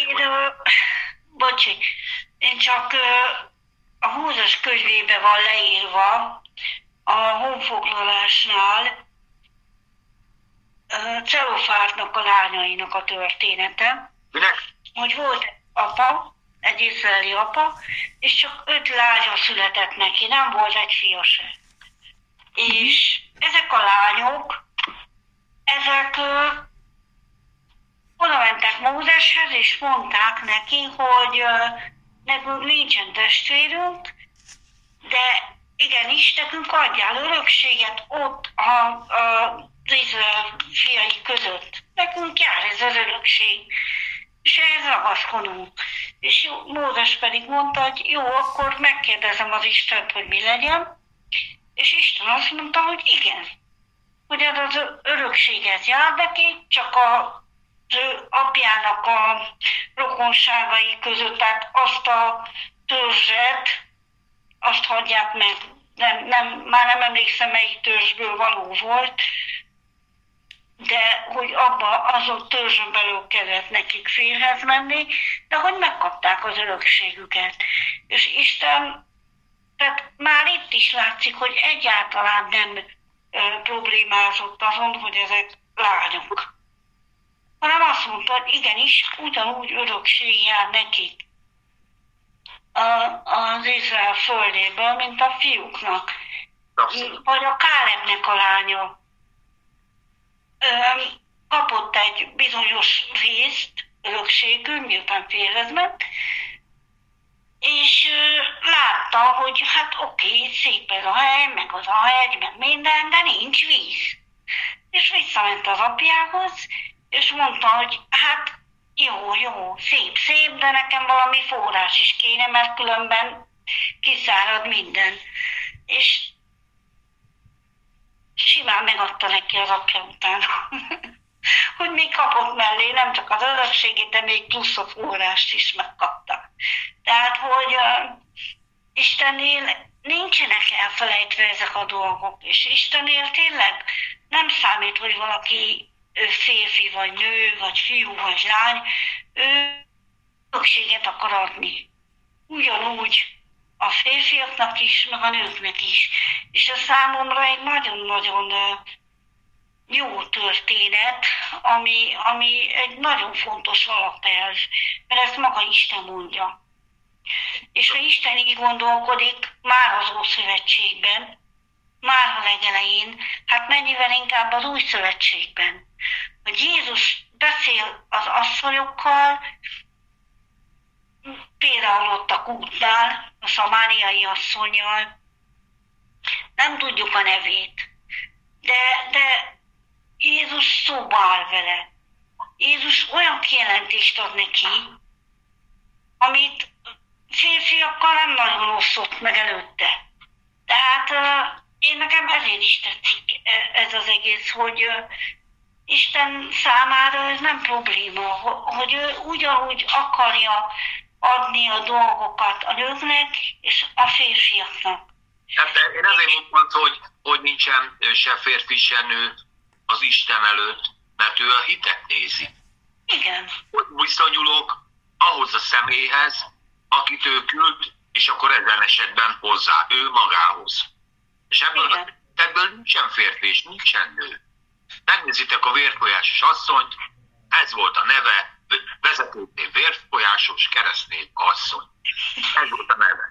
Én csak a Mózes könyvében van leírva a honfoglalásnál Celofárnak a lányainak a története. Minek? Hogy volt apa, egy izraeli apa, és csak 5 lánya született neki, nem volt egy fia se. És ezek a lányok, oda mentek Mózeshez, és mondták neki, hogy nekünk nincsen testvérünk, de igenis, nekünk adjál örökséget ott a Izrael fiai között. Nekünk jár ez az örökség, és ehhez ragaszkodunk. És Mózes pedig mondta, hogy jó, akkor megkérdezem az Istent, hogy mi legyen, és Isten azt mondta, hogy igen, hogy ez az örökséget jár neki, csak az ő apjának a rokonságai között, tehát azt a törzset, azt hagyják meg. Már nem emlékszem, melyik törzsből való volt, de hogy abba azon törzsön belül kellett nekik férhez menni, de hogy megkapták az örökségüket. És Isten, tehát már itt is látszik, hogy egyáltalán nem problémázott azon, hogy ezek lányok. Hanem azt mondta, hogy igenis, ugyanúgy örökség jár nekik az Izrael földéből, mint a fiúknak. Abszolút. Vagy a Kálebnek a lánya kapott egy bizonyos részt, örökségül, miután férhez ment, és látta, hogy hát oké, szép ez a hely, meg az a hegy, meg minden, de nincs víz. És visszament az apjához, és mondta, hogy hát jó, szép, de nekem valami forrás is kéne, mert különben kiszárad minden. És simán megadta neki az apja utána. Hogy még kapott mellé nem csak az örökségét, de még plusz a forrást is megkapta. Tehát, hogy Istennél nincsenek elfelejtve ezek a dolgok, és Istennél tényleg nem számít, hogy valaki férfi, vagy nő, vagy fiú, vagy lány, ő örökséget akar adni. Ugyanúgy a férfiaknak is, meg a nőknek is. És ez számomra egy nagyon-nagyon jó történet, ami egy nagyon fontos alapelv, mert ezt maga Isten mondja. És ha Isten így gondolkodik már az Ószövetségben, már a legelején, hát mennyivel inkább az Új Szövetségben, hogy Jézus beszél az asszonyokkal, például ott a kútnál, a szamáriai asszonnyal, nem tudjuk a nevét, de Jézus szóba áll vele. Jézus olyan kijelentést ad neki, amit férfiakkal nem nagyon osztott meg előtte. Tehát én nekem ezért is tetszik ez az egész, hogy Isten számára ez nem probléma, hogy ő ugyanúgy akarja adni a dolgokat a nőknek és a férfiaknak. Hát én azért mondtam, hogy nincsen se férfi, se nő az Isten előtt, mert ő a hitet nézi. Igen. Hogy viszonyulok ahhoz a személyhez, akit ő küld, és akkor ezen esetben hozzá, ő magához. És ebből nincsen férfi és nincsen nő. Megnézitek a vérfolyásos asszonyt, ez volt a neve, vezetőnév vérfolyásos, keresztnév asszony. Ez volt a neve.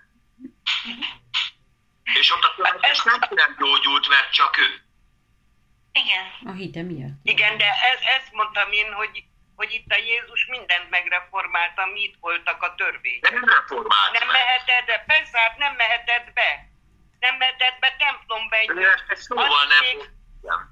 És ott a tömeges nem gyógyult, mert csak ő. Igen. A hite miatt. Igen, de ezt mondtam én, hogy itt a Jézus mindent megreformálta, mi itt voltak a törvény. De nem reformált Nem meg. meheted be, persze, hát nem meheted be. Nem meheted be templomba egy... Ez szóval nem.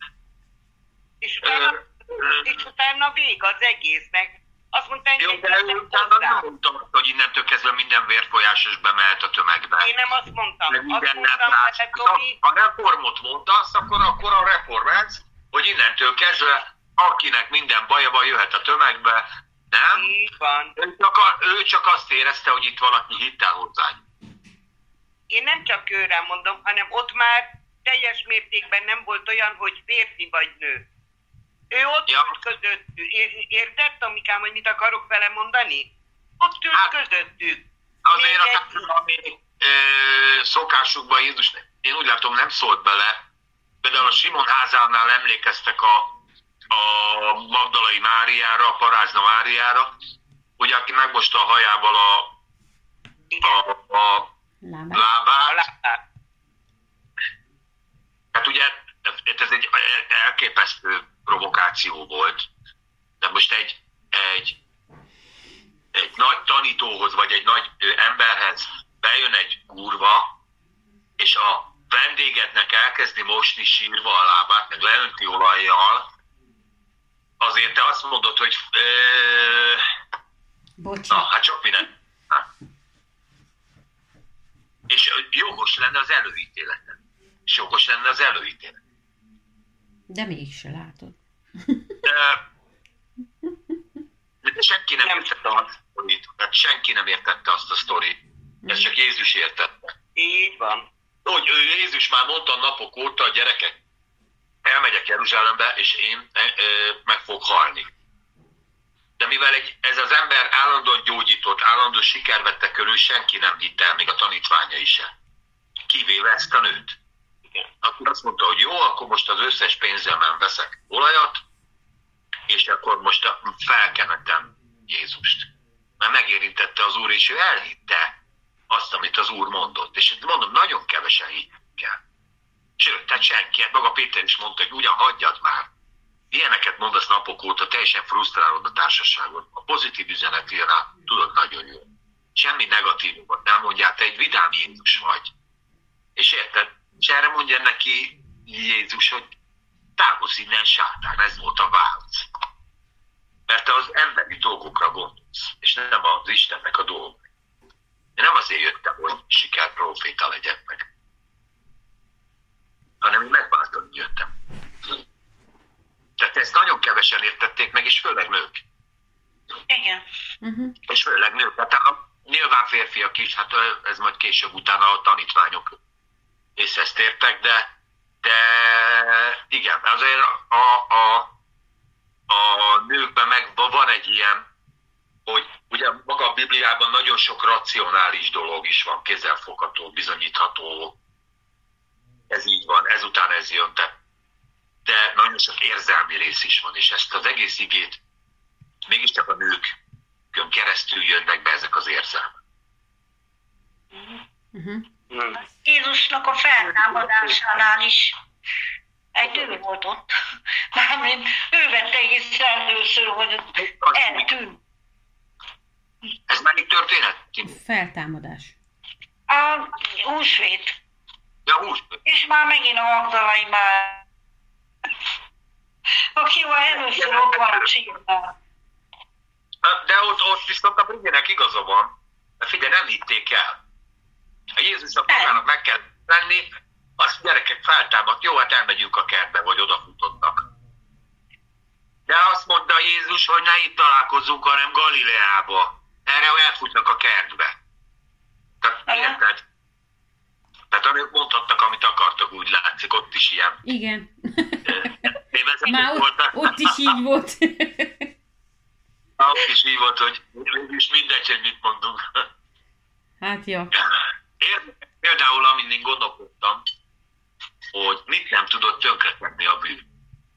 És utána vég az egésznek. Azt mondta, hogy jó, de ő utána nem mondta, hogy innentől kezdve minden vérfolyásos bemehet a tömegbe. Én nem azt mondtam. De Azt minden mondtam, nem Tomi, ha reformot mondasz, akkor a reformálsz, hogy innentől kezdve akinek minden baja van, jöhet a tömegbe. Nem? így van. Ő csak azt érezte, hogy itt valaki hittel hozzá. Én nem csak őre mondom, hanem ott már teljes mértékben nem volt olyan, hogy férfi vagy nő. Ő ott ült közöttük. Érted, Tomikám, hogy mit akarok vele mondani? Ott ült közöttük. Azért a társadalmi szokásukban Jézus, én úgy látom, nem szólt bele. Például a Simon házánál emlékeztek a Magdalai Máriára, a Parázna Máriára, ugye aki megmosta a hajával a lábát. Hát ugye ez egy elképesztő provokáció volt, de most egy nagy tanítóhoz, vagy egy nagy emberhez bejön egy kurva, és a vendégednek elkezdi mosni sírva a lábát, meg leönti olajjal, azért te azt mondod, hogy na, hát csak minden. És jogos lenne az előítéletet. És jogos lenne az előítélet. De mégse látod. De senki nem értette azt a sztorit. Tehát senki nem értette azt a sztorit. Ez csak Jézus értette. Így van. Hogy Jézus már mondta a napok óta, a gyerekek, elmegyek Jeruzsálembe, és én meg fog halni. De mivel ez az ember állandóan gyógyított, állandó siker vette körül, senki nem hitte el, még a tanítványai sem. Kivéve ezt a nőt. Akkor azt mondta, hogy jó, akkor most az összes pénzemen veszek olajat, és akkor most felkenetem Jézust. Mert megérintette az Úr, és ő elhitte azt, amit az Úr mondott. És mondom, nagyon kevesen hittek el. Sőt, tehát senki, hát maga Péter is mondta, hogy ugyan hagyjad már. Ilyeneket mondasz napok óta, teljesen frusztrálod a társaságot. A pozitív üzenet jön át, tudod, nagyon jó. Semmi negatívumot nem mondjál, te egy vidám Jézus vagy. És érted? És erre mondja neki Jézus, hogy távozz innen, sátán, ez volt a válasz. Mert te az emberi dolgokra gondolsz, és nem az Istennek a dolgok. Én nem azért jöttem, hogy sikerproféta legyek meg, hanem én megváltani jöttem. Tehát ezt nagyon kevesen értették meg, és főleg nők. Igen. És főleg nők. Hát nyilván férfiak is, hát ez majd később utána a tanítványok és ezt értek, de igen, azért a nőkben meg van egy ilyen, hogy ugye maga a Bibliában nagyon sok racionális dolog is van, kézzelfogható, bizonyítható, ez így van, ezután ez jön, de nagyon sok érzelmi rész is van, és ezt az egész igét mégiscsak a nőkön keresztül jönnek be ezek az érzelmek. Jézusnak a feltámadásánál is egy nő volt ott. Mármint ő vette észre először, hogy eltűnt. Ez melyik történet? Feltámadás. A húsvét. Ja, húsvét. És már megint a Magdalai már. Aki először ott van a sírnál. De ott viszont a Briginek igaza van. Figyelj, nem hitték el. A Jézusnak magának meg kell lenni, azt gyerekek feltámadt, jó, hát elmegyünk a kertbe, vagy odafutottak. De azt mondta Jézus, hogy ne itt találkozzunk, hanem Galileába. Erre elfutnak a kertbe. Tehát érted? Tehát ők mondhattak, amit akartak, úgy látszik, ott is ilyen. Igen. Már ott is így volt. Ott is így volt, hogy mégis mindegy, hogy mit mondunk. Hát jó. Például, amin én gondolkodtam, hogy mit nem tudott tönkretenni a bűn.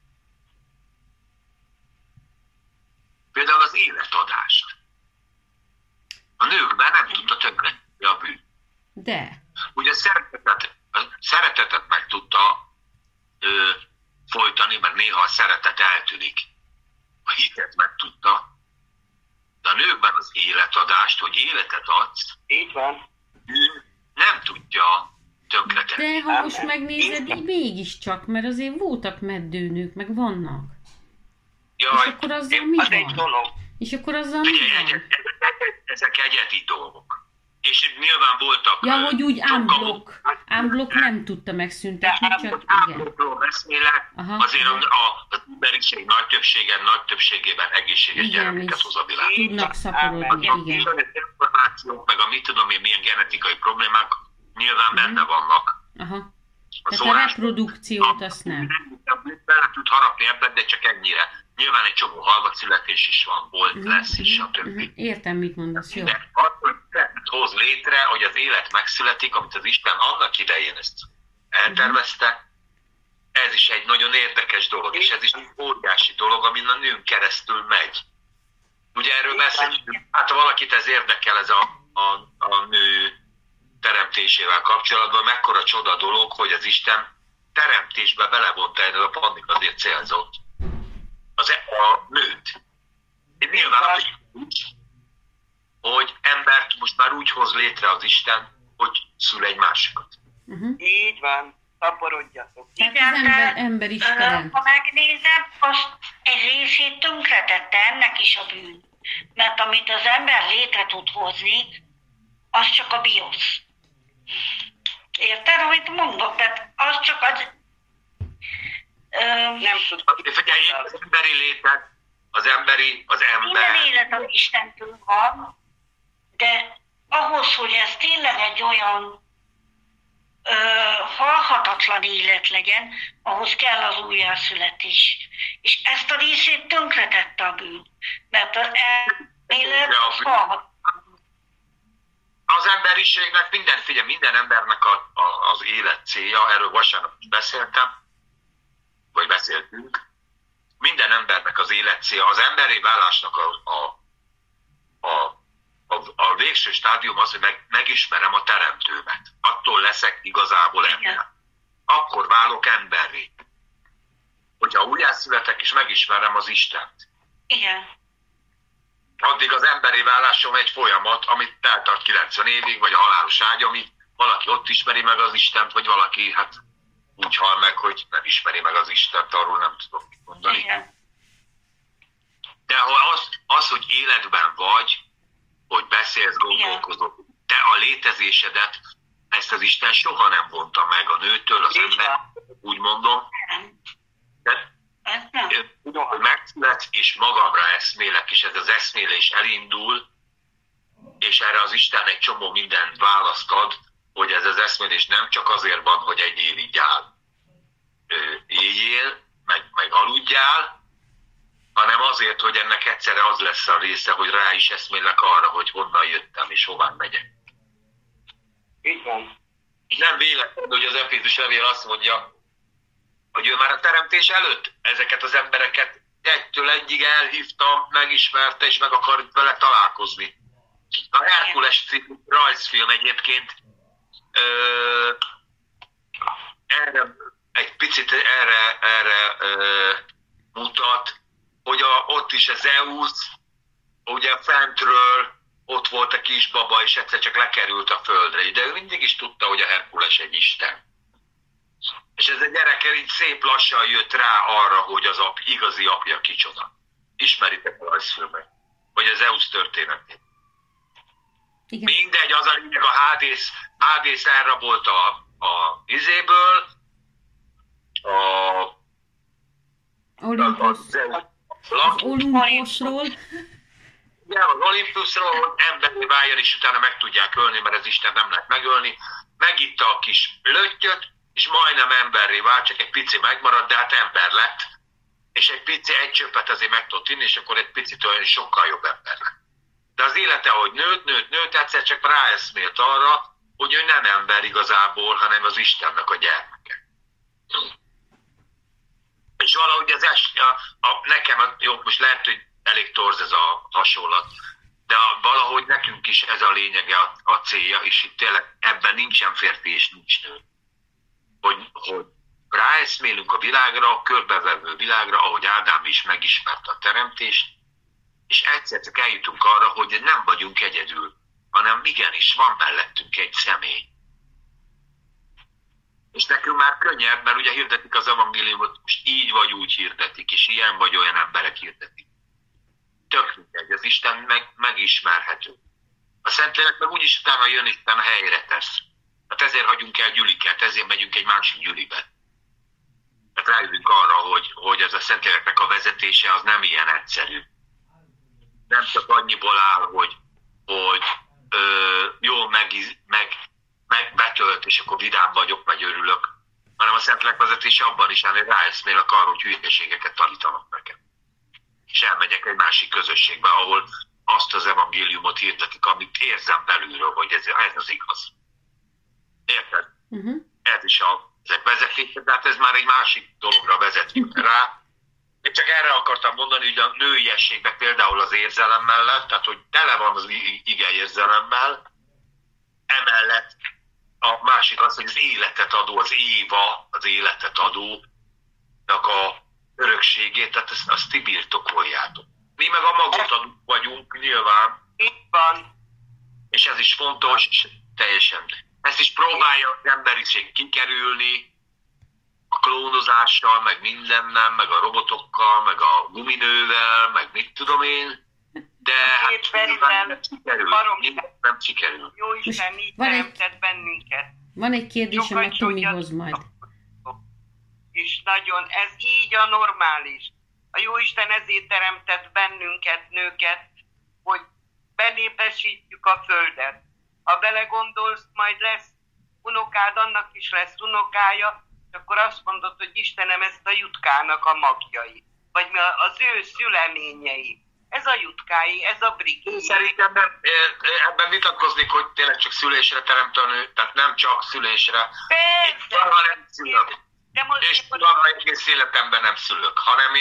Például az életadást. A nőkben nem tudta tönkretenni a bűn. De. Ugye a szeretetet meg tudta folytani, mert néha a szeretet eltűnik. A hitet meg tudta, de a nőkben az életadást, hogy életet adsz, így van, nem tudja tönkretenni. De ha most megnézed, így mégiscsak, mert azért voltak meddőnők, meg vannak. Jaj, és akkor azzal mi van? Egy dolog. És akkor azzal mi van? Ezek egyedi dolgok. És nyilván voltak... Ja, hogy úgy unblock nem tudta megszüntetni, csak igen. Unblockról beszélek, azért az emberiség nagy többségében egészséges gyerekeket hoz a világ. Tudnak szaporodni, igen. Az információk, meg a mit tudom én, milyen genetikai problémák nyilván benne vannak. Aha. Tehát a reprodukciót azt nem. Bele tud harapni ebben, de csak ennyire. Nyilván egy csomó halmacszületés is van, volt, lesz is, a többi. Értem, mit mondasz, jó. De az, hogy hoz létre, hogy az élet megszületik, amit az Isten annak idején ezt eltervezte, ez is egy nagyon érdekes dolog, és ez is egy óriási dolog, amin a nőn keresztül megy. Ugye erről beszélünk, hát ha valakit ez érdekel, ez a nő teremtésével kapcsolatban, mekkora csoda dolog, hogy az Isten teremtésbe belevonta, ez a Pannik azért célzott, a nőt. Én nyilván úgy, hogy embert most már úgy hoz létre az Isten, hogy szül egy másikat. Így van. szaporodjatok. Tehát Igen, az de ember is teremt. ha megnézed, azt egy részét tönkretette ennek is a bűn. Mert amit az ember létre tud hozni, az csak a biosz. Érted, amit mondok? Tehát az csak az... Nem tudom. Figyelj, az emberi létet, az Minden ember... élet az Istentől van, de ahhoz, hogy ez tényleg egy olyan halhatatlan élet legyen, ahhoz kell az újjászületés. És ezt a részét tönkretette a bűn. Mert az élet az halhatatlan. Az emberiségnek minden embernek az élet célja, erről vasárnap is beszéltem, vagy beszéltünk, minden embernek az élet célja, az emberi válásnak a végső stádium az, hogy megismerem a teremtőmet. Attól leszek igazából ember. Akkor válok emberré. Hogyha újjászületek és megismerem az Istent. Igen. Addig az emberi válásom egy folyamat, amit eltart 90 évig, vagy a halálos ágy, amíg valaki ott ismeri meg az Istent, vagy valaki úgy hal meg, hogy nem ismeri meg az Istent, arról nem tudok mit mondani. Igen. De ha az, hogy életben vagy, hogy beszélsz, gondolkozol, te a létezésedet, ezt az Isten soha nem vonta meg a nőtől, az ember, úgy mondom. De tudom, hogy megszületsz, és magamra eszmélek, és ez az eszmélés elindul, és erre az Isten egy csomó mindent választ ad, hogy ez az eszmélés nem csak azért van, hogy egyél így áll, éljél, meg aludjál, hanem azért, hogy ennek egyszerre az lesz a része, hogy rá is eszmélek arra, hogy honnan jöttem és hová megyek. Így van. Nem véletlen, hogy az Efézus levél azt mondja, hogy ő már a teremtés előtt ezeket az embereket egytől egyig elhívta, megismerte és meg akart vele találkozni. A Herkules rajzfilm egyébként egy picit erre mutat, hogy ott is az Zeus, ugye fentről ott volt a kisbaba, és egyszer csak lekerült a földre. De ő mindig is tudta, hogy a Herkules egy isten. És ez a gyerek így szép lassan jött rá arra, hogy az igazi apja kicsoda. Ismeritek a rajzfilmet? Vagy az Zeus történetét? Igen. Mindegy, az a lényeg, a Hádész elrabolt a izéből, az Olympusról. Igen, az Olympusról, hogy emberi váljon, és utána meg tudják ölni, mert az Isten nem lehet megölni. Megitta a kis löttyöt, és majdnem emberré vált, csak egy pici megmaradt, de hát ember lett. És egy csöppet azért meg tudott inni, és akkor egy picit olyan sokkal jobb ember lett. De az élete, ahogy nőtt, egyszer csak ráeszmélt arra, hogy ő nem ember igazából, hanem az Istennek a gyermeke. És valahogy nekem, jó, most lehet, hogy elég torz ez a hasonlat, de valahogy nekünk is ez a lényege, a célja, és itt tényleg ebben nincsen férfi és nincs nő. Hogy ráeszmélünk a világra, a körbevevő világra, ahogy Ádám is megismerte a teremtést, és egyszer csak eljutunk arra, hogy nem vagyunk egyedül, hanem igenis van mellettünk egy személy. És nekünk már könnyebb, mert ugye hirdetik az evangéliumot, most így vagy úgy hirdetik, és ilyen vagy olyan emberek hirdetik. Tök mindegy, az Isten megismerhető. A Szentlélek meg úgyis utána jön, és utána helyre tesz. Hát ezért hagyunk el gyüliket, ezért megyünk egy másik gyülibe. Hát rájövünk arra, hogy ez a Szentléleknek a vezetése az nem ilyen egyszerű. Nem csak annyiból áll, hogy jól megbetölt, és akkor vidám vagyok, meg örülök, hanem a Szentlélek vezetése abban is áll, hogy ráeszmélek arra, hogy hülyeségeket tanítanak nekem. És elmegyek egy másik közösségbe, ahol azt az evangéliumot hirdetik, amit érzem belülről, hogy ez az igaz. Érted? Uh-huh. Ez is ezek vezetése, de hát ez már egy másik dologra vezetünk rá. Én csak erre akartam mondani, hogy a nőiességben például az érzelem mellett, tehát hogy tele van az ige érzelemmel, emellett a másik az, hogy az életet adó, az Éva, az életet adónak a örökségét, tehát azt ti birtokoljátok. Mi meg a magot adók vagyunk, nyilván. Itt van. És ez is fontos, teljesen. Ezt is próbálja az emberiség kikerülni, a klónozással, meg mindennel, meg a robotokkal, meg a guminővel, meg mit tudom én, de hát nem sikerül. Jó Isten, így teremtett bennünket. Van egy kérdésem a Tomihoz majd. És nagyon, ez így a normális. A Jóisten ezért teremtett bennünket, nőket, hogy benépesítjük a Földet. Ha belegondolsz, majd lesz unokád, annak is lesz unokája, és akkor azt mondod, hogy Istenem, ezt a Jutkának a magjai, vagy az ő szüleményei. Ez a Jutkái, ez a Brigi. Szerintem ebben vitatkoznék, hogy tényleg csak szülésre teremt a nő, tehát nem csak szülésre. Persze! Nem szülök. És egész életemben nem szülök, hanem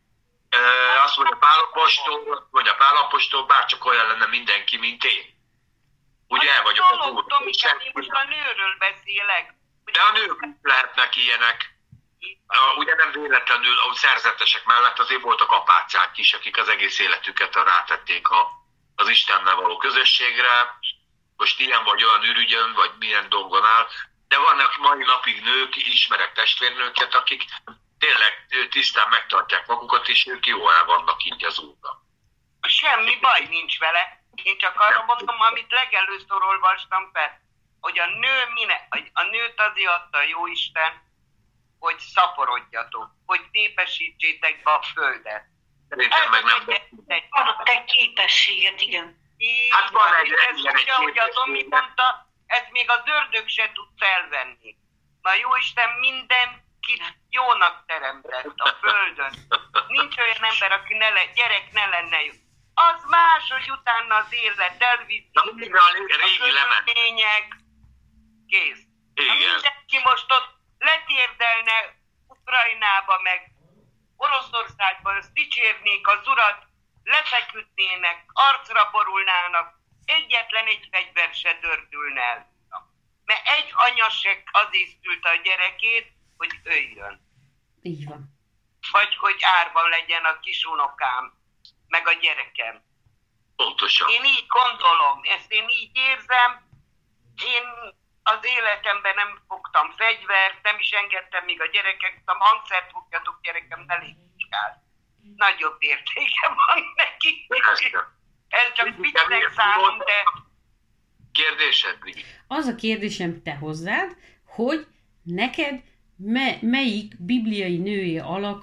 azt mondja Pál apostol, bárcsak olyan lenne mindenki, mint én. Ugye el vagyok az úr. Én most a nőről beszélek. De a nők lehetnek ilyenek. Ugye nem véletlenül, ahogy szerzetesek mellett azért voltak apácák is, akik az egész életüket rátették az Istennel való közösségre. Most ilyen vagy olyan ürügyön, vagy milyen dolgon áll. De vannak mai napig nők, ismerek testvérnőket, akik tényleg tisztán megtartják magukat, és ők jól el vannak így az úrnak. Semmi baj nincs vele. Én csak arra mondom, amit legelőször olvastam fel, hogy a nőt azért adta a Jóisten, hogy szaporodjatok, hogy népesítsétek be a Földet. Szerintem meg nem. Adott egy képességet, igen. Hát van egy ahogy az Omi mondta, ezt még az ördög se tud felvenni. Na Jóisten mindenkit jónak teremtett a Földön. Nincs olyan ember, aki gyerek ne lenne jó. Az más, hogy utána az élet elviszi, a régi körülmények, kész. Mindenki most ott letérdelne Ukrajnába, meg Oroszországba, azt dicsérnék az urat, lefeküdnének, arcra borulnának, egyetlen egy fegyver se dördülne el. Mert egy anya se azért szülte a gyerekét, hogy öljön. Így van. Vagy hogy árban legyen a kisunokám, meg a gyerekem. Pontosan. Én így gondolom, ezt én így érzem. Én az életemben nem fogtam fegyvert, nem is engedtem még a gyerekek, a hangszert fogjatok gyerekem, ne légy. Nagyobb értéke van neki. Ez csak viccnek számom, de... Kérdésed, Brigi? Az a kérdésem te hozzád, hogy neked melyik bibliai női alak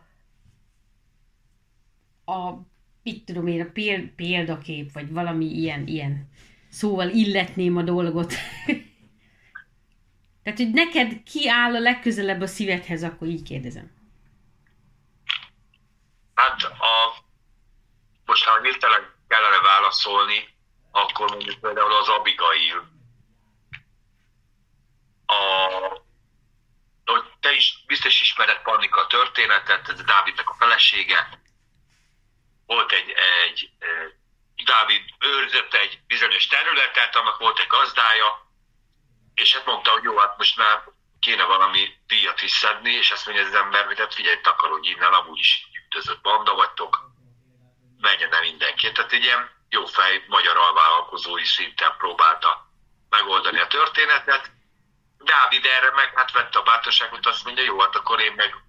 mit tudom én, a példakép, vagy valami ilyen szóval illetném a dolgot. Tehát, hogy neked ki áll a legközelebb a szívedhez, akkor így kérdezem. Hát, most ha hirtelen kellene válaszolni, akkor mondjuk például az Abigail. Hogy te is biztos ismered, Pannika, történetet, ez Dávidnak a felesége. Volt Dávid őrzött egy bizonyos területet, annak volt egy gazdája, és hát mondta, hogy jó, hát most már kéne valami díjat is szedni, és azt mondja az ember, hogy hát figyelj, takarodj innen, amúgy is üldözött banda vagytok, menjen el mindenki. Tehát egy ilyen jófej magyar alvállalkozói szinten próbálta megoldani a történetet. Dávid erre meg hát vette a bátorságot, azt mondja, jó, hát akkor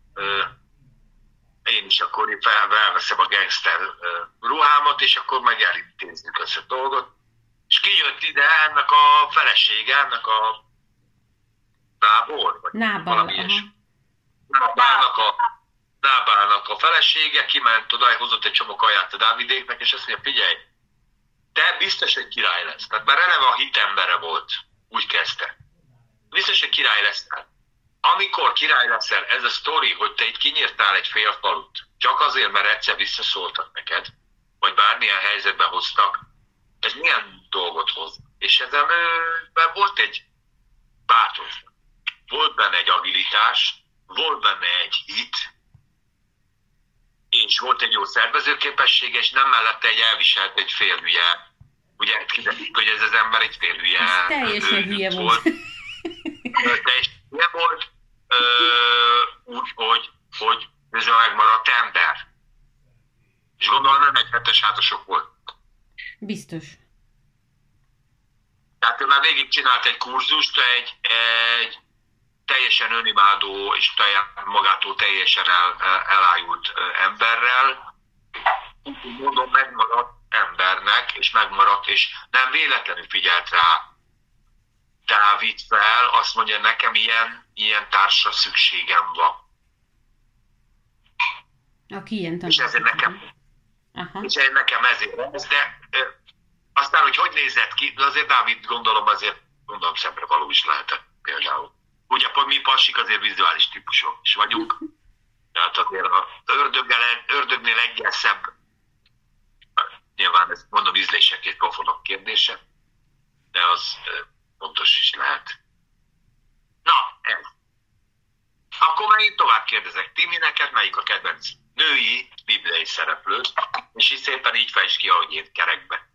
én is akkor felveszem a gangster ruhámat, és akkor meg elintézzük ezt a dolgot. És kijött ide ennek a felesége, ennek a Nábor, vagy valami ilyesmi. Nábálnak a felesége, kiment oda, hozott egy csomó kaját a Dávidéknek, és azt mondja, figyelj, te biztos, hogy király lesz. Tehát már eleve a hitembere volt, úgy kezdte. Biztos, hogy király lesz. Amikor király leszel, ez a sztori, hogy te itt kinyírtál egy fél falut, csak azért, mert egyszer visszaszóltak neked, vagy bármilyen helyzetben hoztak, ez milyen dolgot hoz? És ezen volt egy bátorság, volt benne egy agilitás, volt benne egy hit, és volt egy jó szervezőképesség, és nem mellette egy elviselt egy félhülye. Ugye kiderült, hogy ez az ember egy félhülye. Ez teljesen hülye volt. Teljesen hülye volt, úgy, hogy ez a megmaradt ember. És gondolom nem egy hetes házasok volt. Biztos. Tehát ő már végig csinált egy kurzust, egy teljesen önimádó és magától teljesen elájult emberrel, mondom, megmaradt embernek, és megmaradt, és nem véletlenül figyelt rá Dávid fel, azt mondja, nekem ilyen társra szükségem van. Aki ilyen és ezért nekem ezért ez, de aztán, hogy nézett ki, azért Dávid gondolom szemre való is lehetett például. Ugye mi passik azért vizuális típusok is vagyunk, tehát azért az ördögnél egyen szebb, nyilván ezt mondom ízlésekért pofonok kérdése, de az fontos is lehet. Na, ez. Akkor megint tovább kérdezek. Timi, neked melyik a kedvenc női bibliai szereplő? És így szépen így fejtsd ki, ahogy én kerekbe.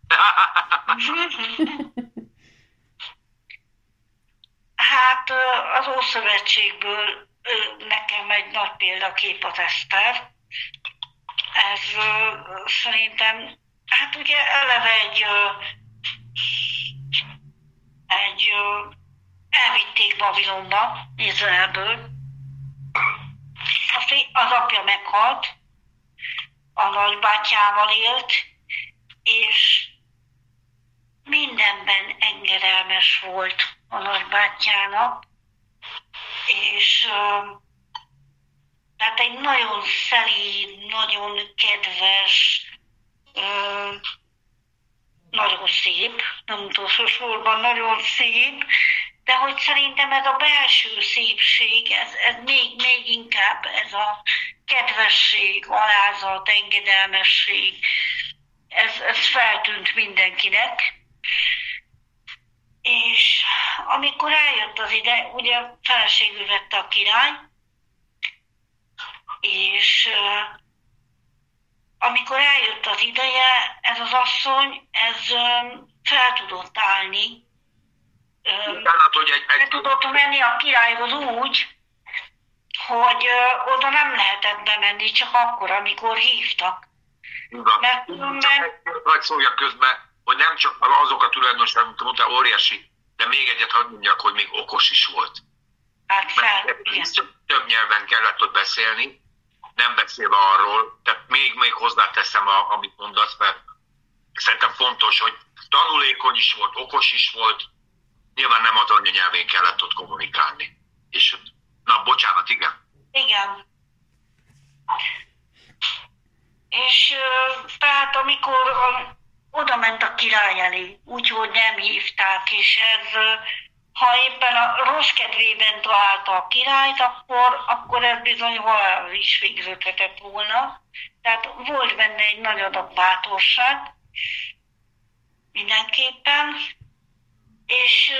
Hát az Ószövetségből nekem egy nagy példakép az Eszter. Ez szerintem, hát ugye eleve elvitték Babilonba, Izraelből. Az apja meghalt, a nagybátyjával élt, és mindenben engedelmes volt a nagybátyjának, és tehát egy nagyon szelíd, nagyon kedves, nagyon szép, nem utolsó sorban nagyon szép, de hogy szerintem ez a belső szépség, ez még inkább ez a kedvesség, alázat, engedelmesség, ez feltűnt mindenkinek. És amikor eljött az ide, ugye feleségül vette a király, és amikor eljött az ideje, ez az asszony, ez fel tudott állni, fel tudott menni a királyhoz úgy, hogy oda nem lehetett bemenni, csak akkor, amikor hívtak. Mert különben... Vagy szóljak közben, hogy nem csak azok a tulajdonosok, amit mondtál, óriási, de még egyet hadd mondjak, hogy még okos is volt. Hát igen. Több nyelven kellett ott beszélni, nem beszélve arról, tehát még hozzáteszem, amit mondasz, mert szerintem fontos, hogy tanulékony is volt, okos is volt, nyilván nem az anyanyelvén kellett ott kommunikálni. És, na, bocsánat, igen. Igen. És tehát amikor oda ment a király elé, úgyhogy nem hívták, és ez, ha éppen a rossz kedvében találta a királyt, akkor ez bizony halál is végződhetett volna. Tehát volt benne egy nagy adag bátorság, mindenképpen, és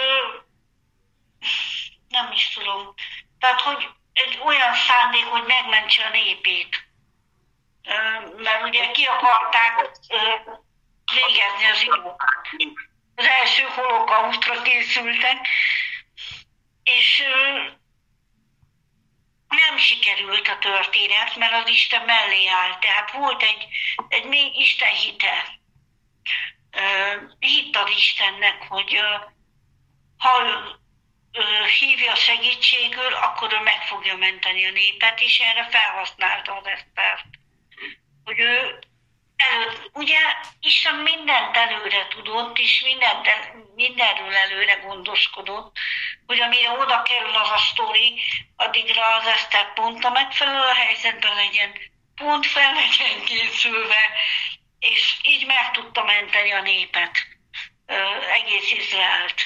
nem is tudom, tehát hogy egy olyan szándék, hogy megmentse a népét. Mert ugye ki akarták végezni az zsidókat. Az első holokausztra készültek, és nem sikerült a történet, mert az Isten mellé állt. Tehát volt egy mély Isten hite. Hitt az Istennek, hogy ha ő hívja segítségül, akkor ő meg fogja menteni a népet, és erre felhasználta az Esztert. Hogy ő ugye Isten mindent előre tudott, és mindenről előre gondoskodott, hogy amire oda kerül az a sztori, addigra az Eszter pont a megfelelő helyzetben legyen, pont fel legyen készülve, és így meg tudta menteni a népet, egész Izraelt.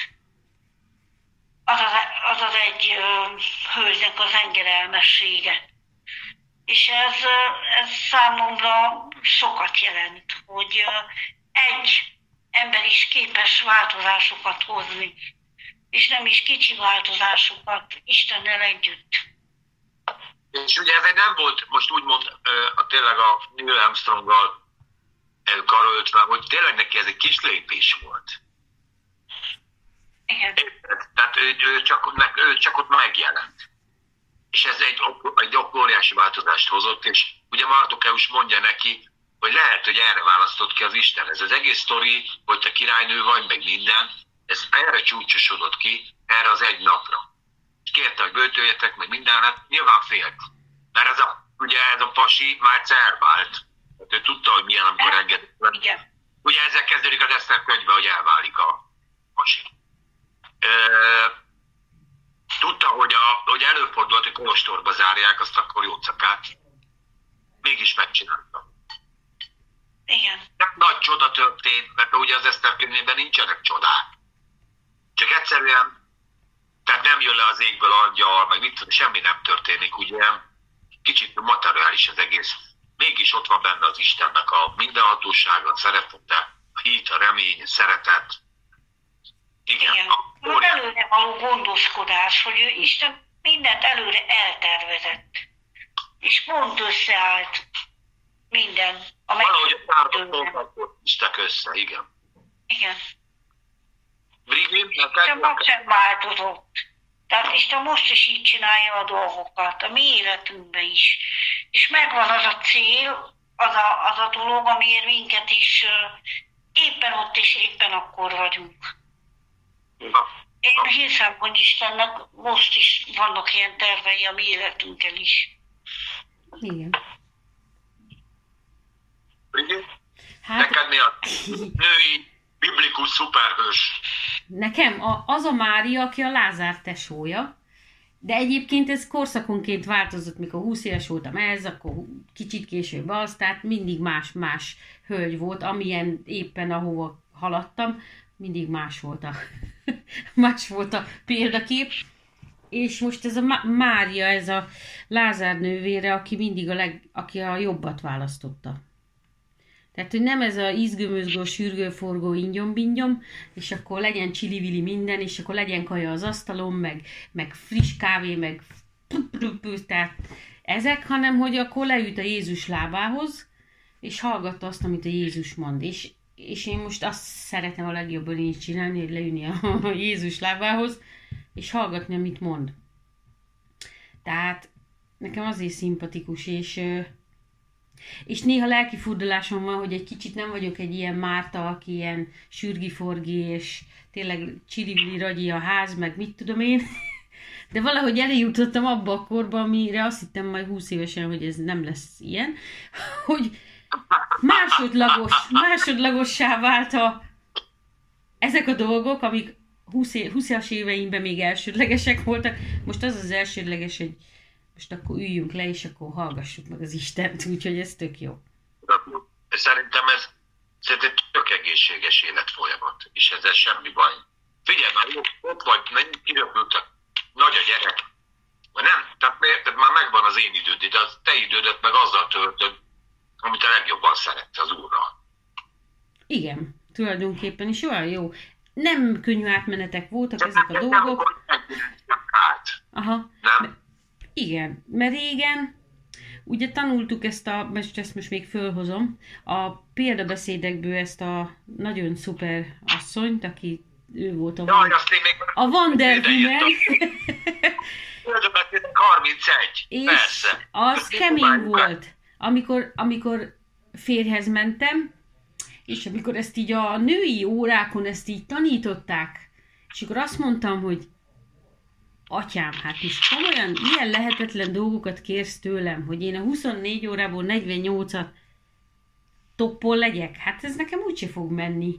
Az egy hölgynek az engedelmessége. És ez számomra sokat jelent, hogy egy ember is képes változásokat hozni, és nem is kicsi változásokat Istennel együtt. És ugye ez nem volt most úgymond tényleg a Neil Armstronggal karöltve, hogy tényleg neki ez egy kis lépés volt. Igen. Tehát ő csak ott megjelent. És ez egy óriási változást hozott, és ugye Mardokeus mondja neki, hogy lehet, hogy erre választott ki az Isten. Ez az egész sztori, hogy te királynő vagy, meg minden, ez erre csúcsosodott ki, erre az egy napra. És kérte, hogy böjtöljetek, meg minden, hát nyilván félt. Mert ugye ez a pasi már egyszer elvált. Hát ő tudta, hogy milyen, amikor engedett. Igen. Ugye ezzel kezdődik az Eszter könyve, hogy elválik a pasi. Tudta, hogy előfordult, hogy kolostorba zárják azt akkor jócakát. Mégis megcsinálta. Igen. Nem nagy csoda történt, mert ugye az Eszter könyvében nincsenek csodák. Csak egyszerűen, tehát nem jön le az égből angyal, meg mit tudom, semmi nem történik, ugye. Kicsit materiális az egész. Mégis ott van benne az Istennek a mindenhatósága, a szeretete, a hit, a remény, a szeretet. Igen. Az előre való gondoskodás, hogy ő Isten mindent előre eltervezett. És pont összeállt minden. Valahogy a társadalmat hoztak össze, igen. Igen. Brigitte, Isten most sem változott. Tehát Isten most is így csinálja a dolgokat, a mi életünkben is. És megvan az a cél, az a dolog, amiért minket is éppen ott és éppen akkor vagyunk. Én hiszem, hogy Istennek most is vannak ilyen tervei a mi életünkkel is. Igen. Hát, neked mi a női biblikus szuperhős? Nekem az a Mária, aki a Lázár tesója, de egyébként ez korszakonként változott, mikor 20 éves voltam ez, akkor kicsit később az, tehát mindig más hölgy volt, amilyen éppen ahova haladtam, mindig más volt a példakép. És most ez a Mária, ez a Lázár nővére, aki mindig aki a jobbat választotta. Tehát, hogy nem ez a izgömözgő, sürgőforgó ingyom-bingyom, és akkor legyen csili-vili minden, és akkor legyen kaja az asztalon, meg friss kávé, meg tehát ezek, hanem hogy akkor leült a Jézus lábához, és hallgatta azt, amit a Jézus mond. És én most azt szeretem a legjobban így csinálni, hogy leülni a Jézus lábához, és hallgatni, amit mond. Tehát nekem azért szimpatikus, és néha lelki fordulásom van, hogy egy kicsit nem vagyok egy ilyen Márta, aki ilyen sürgi-forgi, és tényleg csili ragyi a ház, meg mit tudom én. De valahogy eljutottam abba a korba, amire azt hittem majd 20 évesen, hogy ez nem lesz ilyen, hogy másodlagossá vált ezek a dolgok, amik 20-as éveimben még elsődlegesek voltak. Most az elsődleges, hogy most akkor üljünk le, és akkor hallgassuk meg az Istent, úgyhogy ez tök jó. Szerintem ez egy tök egészséges életfolyamat, és ezzel semmi baj. Figyelj, már ott vagy, kiröpültek, nagy a gyerek. Nem, tehát már megvan az én időd, de az te idődet meg azzal töltöd, amit a legjobban szerette az Úrral. Igen, tulajdonképpen is olyan jó. Nem könnyű átmenetek voltak ezek a dolgok. Aha. Nem? Igen, mert régen ugye tanultuk ezt most még fölhozom, a példabeszédekből ezt a nagyon szuper asszonyt, aki ő volt a Wonder Woman. Példabeszédek 31, és persze. az kemény volt. Amikor férjhez mentem, és amikor ezt így a női órákon ezt így tanították, és akkor azt mondtam, hogy atyám, hát is komolyan ilyen lehetetlen dolgokat kérsz tőlem, hogy én a 24 órából 48-at toppon legyek? Hát ez nekem úgyse fog menni.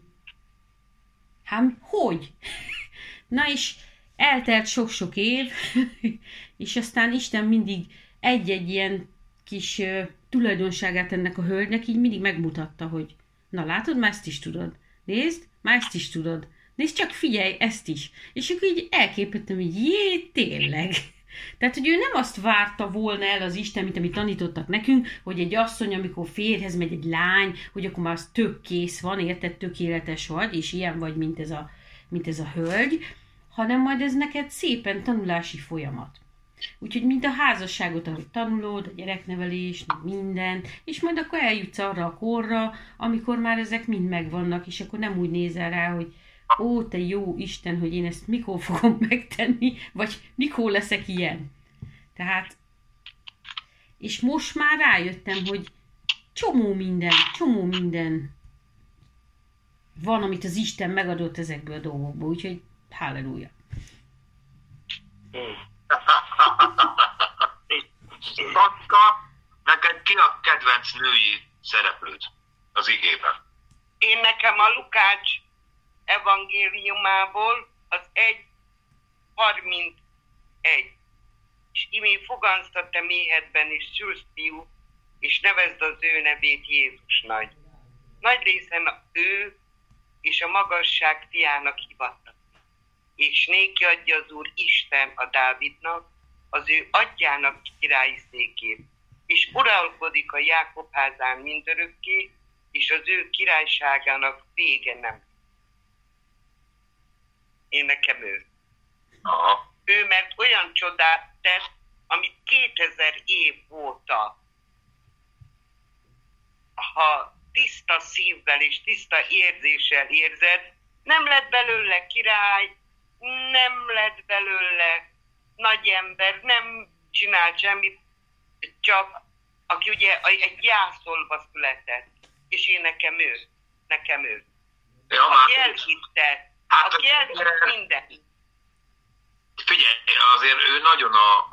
Hát hogy? Na és eltelt sok-sok év, és aztán Isten mindig egy-egy ilyen kis tulajdonságát ennek a hölgynek így mindig megmutatta, hogy na látod, már ezt is tudod. Nézd, már ezt is tudod. Nézd csak, figyelj, ezt is. És akkor így elképettem, hogy tényleg. Tehát, hogy ő nem azt várta volna el az Isten, mint amit tanítottak nekünk, hogy egy asszony, amikor férjhez megy egy lány, hogy akkor már az tök kész van, érted, tökéletes vagy, és ilyen vagy, mint ez a hölgy, hanem majd ez neked szépen tanulási folyamat. Úgyhogy mint a házasságot, ahogy tanulod, a gyereknevelés, minden, és majd akkor eljutsz arra a korra, amikor már ezek mind megvannak, és akkor nem úgy nézel rá, hogy ó, te jó Isten, hogy én ezt mikor fogom megtenni, vagy mikor leszek ilyen. Tehát, és most már rájöttem, hogy csomó minden van, amit az Isten megadott ezekből a dolgokból, úgyhogy halleluja. Patka, neked ki a kedvenc női szereplőd az igében? Én nekem a Lukács evangéliumából az 1:31. És imé fogansz a te méhedben, és szülsz fiú, és nevezd az ő nevét Jézusnak. Nagy részen ő és a magasság fiának hivatott. És néki adja az Úr Isten a Dávidnak, az ő atyának királyi székét, és uralkodik a Jákob házán mindörökké, és az ő királyságának vége nem. Én nekem ő. Aha. Ő, mert olyan csodát tett, amit 2000 év óta, ha tiszta szívvel és tiszta érzéssel érzed, nem lett belőle király, nem lett belőle nagy ember, nem csinált semmit, csak aki ugye egy jászolva született, és én nekem ő. Ja, Aki elhitte, hát, aki elhitt mindent. Figyelj, azért ő nagyon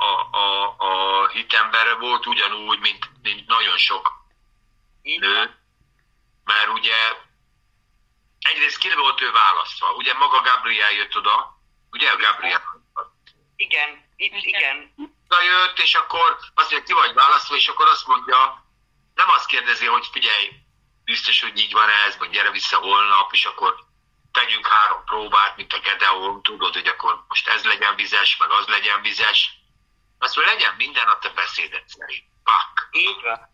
a hitemberre volt, ugyanúgy, mint nagyon sok nő, mert ugye egyrészt ki volt ő választva, ugye maga Gabriel jött oda, ugye a Gabriel? Igen, igen. Oda jött, és akkor azt mondja, ki vagy választva, és akkor azt mondja, nem azt kérdezi, hogy figyelj, biztos, hogy így van ez, vagy gyere vissza holnap, és akkor tegyünk 3 próbát, mint a Gedeon, tudod, hogy akkor most ez legyen vizes, meg az legyen vizes. Azt mondja, legyen minden a te beszédet szerint. Pak! Így van.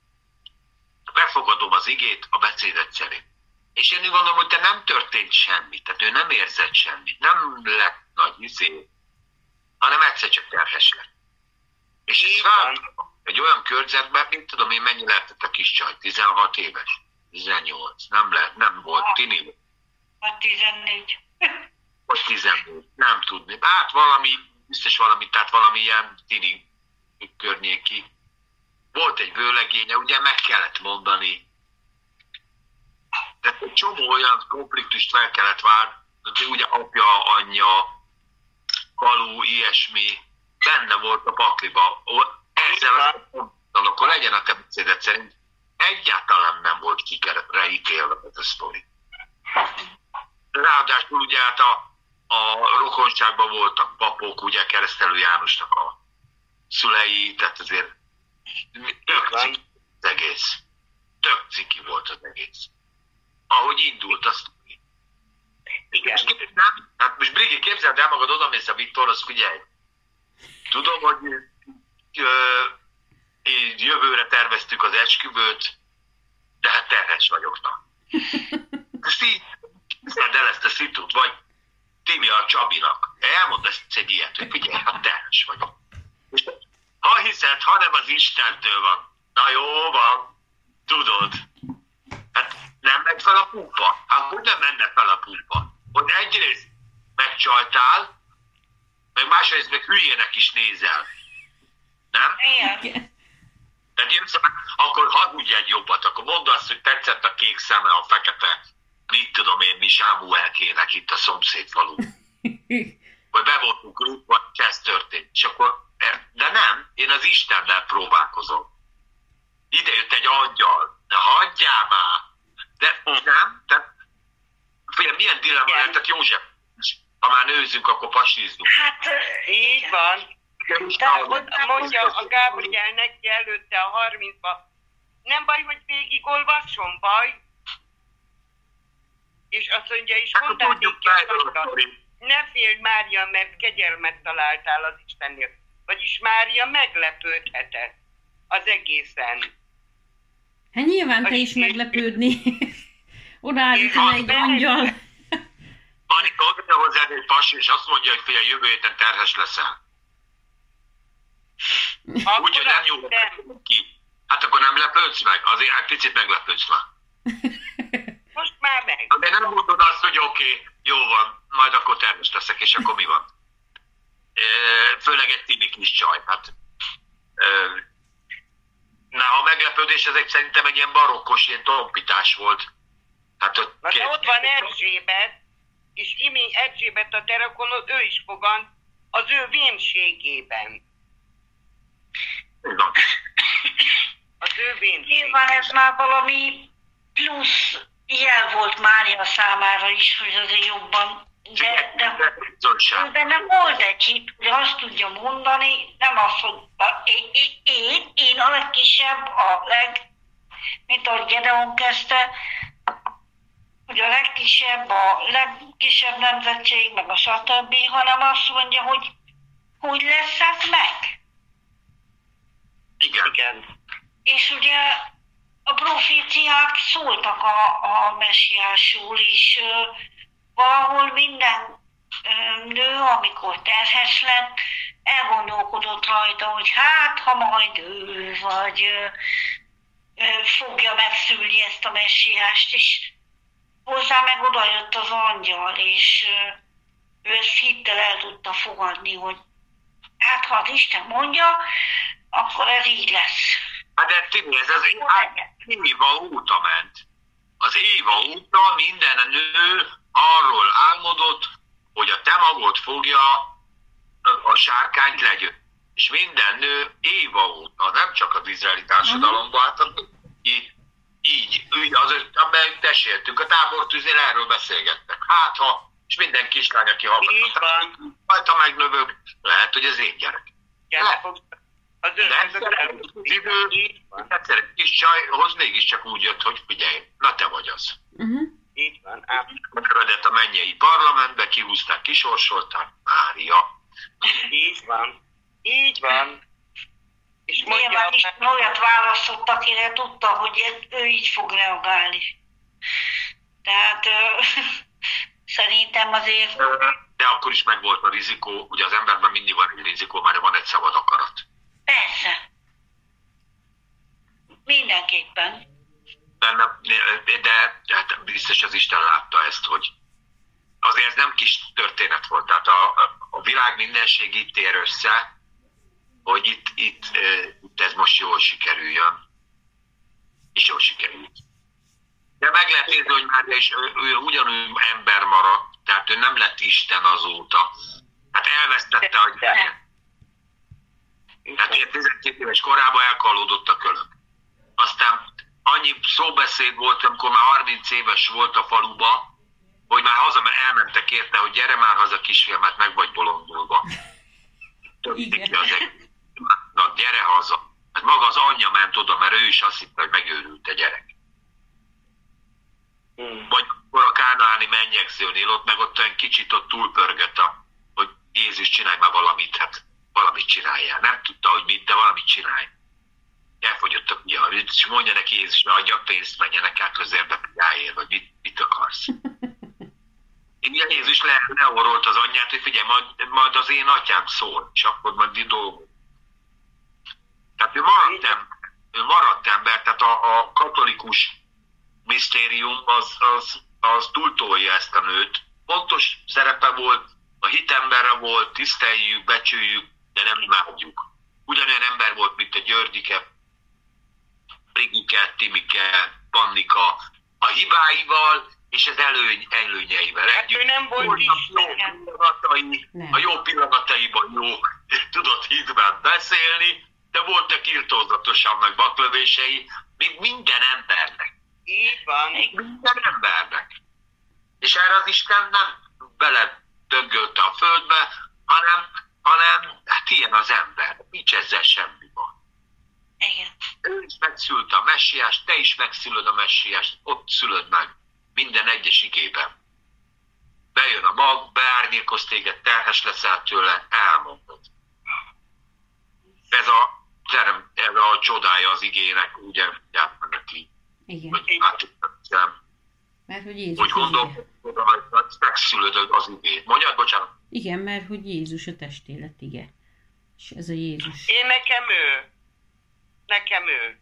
Befogadom az igét a beszédet szerint. És én úgy gondolom, hogy te nem történt semmi, tehát ő nem érzett semmit, nem lett nagy izé, hanem egyszer csak terhes lett. És ez egy olyan körzetben, mint tudom én, mennyi lehetett a kis csaj, 16 éves, 18, nem volt tini. A 14. Most 14, nem tudni. Hát biztos valami, tehát valami ilyen tini környéki. Volt egy vőlegénye, ugye meg kellett mondani. Tehát egy csomó olyan konfliktust fel kellett várni, ugye apja, anyja, falu, ilyesmi, benne volt a pakliba. Ezzel akkor legyen a te beszédet szerint egyáltalán nem volt sikerre ítélve ez a sztori. Ráadásul ugye hát a rokonságban voltak papok, ugye Keresztelő Jánosnak a szülei, tehát azért tök ciki az egész. Tök ciki volt az egész. Ahogy indult a sztori. Igen. Most Brigi, képzeld el magad, odamész a Viktorhoz, figyelj. Tudom, hogy jövőre terveztük az esküvőt, de hát terhes vagyok, na. Ezt így hiszed el ezt a szitut, vagy Timi a Csabinak. Elmond ezt egy ilyet, hogy figyelj, hát terhes vagyok. És ha hiszed, ha nem az Istentől van. Na jó van, tudod. Hát nem megy fel a pumpa. Hát hogy nem menne fel a pumpa? Hogy egyrészt megcsaltál, meg másrészt meg hülyének is nézel. Nem? Igen. Tehát jössz, akkor hazudj egy jobbat, akkor mondd azt, hogy tetszett a kék szeme, a fekete, mit tudom én, mi Sámuelkének itt a szomszéd falu. Vagy be voltunk rúgva, ez történt. És akkor, de nem, én az Istennel próbálkozom. Ide jött egy angyal, de hagyjál már! De nem, tehát figyelj, milyen dilemma lehetett József? Ha már nőzünk, akkor pasízzunk. Hát, Így van. Mondja a Gábriel neki előtte a 30-ba, nem baj, hogy végigolvasson, baj? És azt mondja, és mondták ne félj, Mária, mert kegyelmet találtál az Istennél. Vagyis Mária meglepődhetett az egészen. Hát nyilván te is meglepődni. Odaállítani egy angyal. Anika, oda hozzád egy pasi, és azt mondja, hogy figyelj, jövő héten terhes leszel. Úgyhogy nem jó ki. Hát akkor nem lepődsz meg? Azért egy picit meglepődsz már. Most már meg. De nem mondod azt, hogy oké, jó van, majd akkor terhes leszek, és akkor mi van? Főleg egy Timi kis csaj. Hát, a meglepődés ez szerintem egy ilyen barokkos, ilyen tompítás volt. Hát ott van Erzsébet, és imény Erzsébet a terekonon, ő is fogant az ő vénségében. Na, Az ő vénségét. Nyilván ez már valami plusz jel volt Mária számára is, hogy azért jobban, de bizonyság. benne volt egy hit, hogy azt tudja mondani, nem azt, hogy én a legkisebb, mint ahogy Gedeon kezdte, hogy a legkisebb nemzetség, meg a stb., hanem azt mondja, hogy lesz ez meg. Igen. És ugye a proféciák szóltak a messiásról is. Valahol minden nő, amikor terhes lett, elgondolkodott rajta, hogy hát, ha majd ő, vagy fogja megszülni ezt a messiást, és hozzá meg odajött az angyal, és ő ezt hittel el tudta fogadni, hogy hát, ha az Isten mondja, akkor ez így lesz. Hát de Timi, ez az Éva óta ment. Az Éva óta minden nő arról álmodott, hogy a te magod fogja a sárkányt legyőzni. És minden nő Éva óta, nem csak az izraeli társadalomban, hát így amelyik teséltünk, a tábortűznél erről beszélgettek. Hát ha, és minden kislány, aki hallgat, ha megnövök, lehet, hogy ez én gyerek. Egyszer egy kis csajhoz mégiscsak úgy jött, hogy figyelj, na te vagy az. Így van. Megövedett a mennyei parlamentbe, kihúzták, kisorsolták, Mária. Így van. És nyilván is olyat választott, akire tudta, hogy ő így fog reagálni. Tehát szerintem azért... De akkor is megvolt a rizikó, ugye az emberben mindig van egy rizikó, mert van egy szabad akarat. Persze. Mindenképpen. De hát biztos az Isten látta ezt, hogy azért ez nem kis történet volt. Tehát a világ mindenség itt ér össze, hogy itt ez most jól sikerüljön. És jól sikerült. De meg lehet nézni, hogy Mária is ő ugyanúgy ember maradt, tehát ő nem lett Isten azóta. Hát elvesztette a gyereket. Tehát 12 éves korában elkallódott a kölök. Aztán annyi szóbeszéd volt, amikor már 30 éves volt a faluba, hogy már elmentek érte, hogy gyere már haza kisfiam, mert meg vagy bolondulva. Na gyere haza. Hát maga az anyja ment oda, mert ő is azt hitte, hogy megőrült a gyerek. Vagy a kánaáni mennyegzőnél, ott meg ott olyan kicsit ott túlpörgött, hogy Jézus csinálj már valamit, hát valamit csináljál. Nem tudta, hogy mit, de valamit csinálj. Elfogyott a pia, és mondja neki Jézus, hogy adjak pénzt, menjenek át közérbe piáért, vagy mit akarsz. Én Jézus leorolt az anyját, hogy figyelj, majd az én atyám szól, és akkor majd dolgok. Tehát ő maradt ember, tehát a katolikus misztérium az túltolja ezt a nőt. Fontos szerepe volt, a hitemberre volt, tiszteljük, becsüljük, de nem imádjuk. Ugyanolyan ember volt, mint a Györgyike, Brigike, Timike, Pannika, a hibáival és az előnyeivel együtt. Hát ő nem volt Isten. A jó pillanataiban jó, tudott hitben beszélni, de voltak irtózatosan meg baklövései, mint minden embernek. Így van. Minden embernek. És erre az Isten nem beledöngölte a földbe, hanem hát ilyen az ember. Nincs ezzel semmi van. Igen. Ő is megszülte a messiást, te is megszülöd a messiást, ott szülöd meg. Minden egyes igében. Bejön a mag, beárnyékoz téged, terhes leszel tőle, elmondod. Ez a csodája az igének, ugye, neki. Igen. Hogy mert hogy Jézus hogy gondolod, hogy megszülöd az igét. Mondjad, bocsánat. Igen, mert hogy Jézus a testélet, igen. És ez a Jézus. Én nekem ő.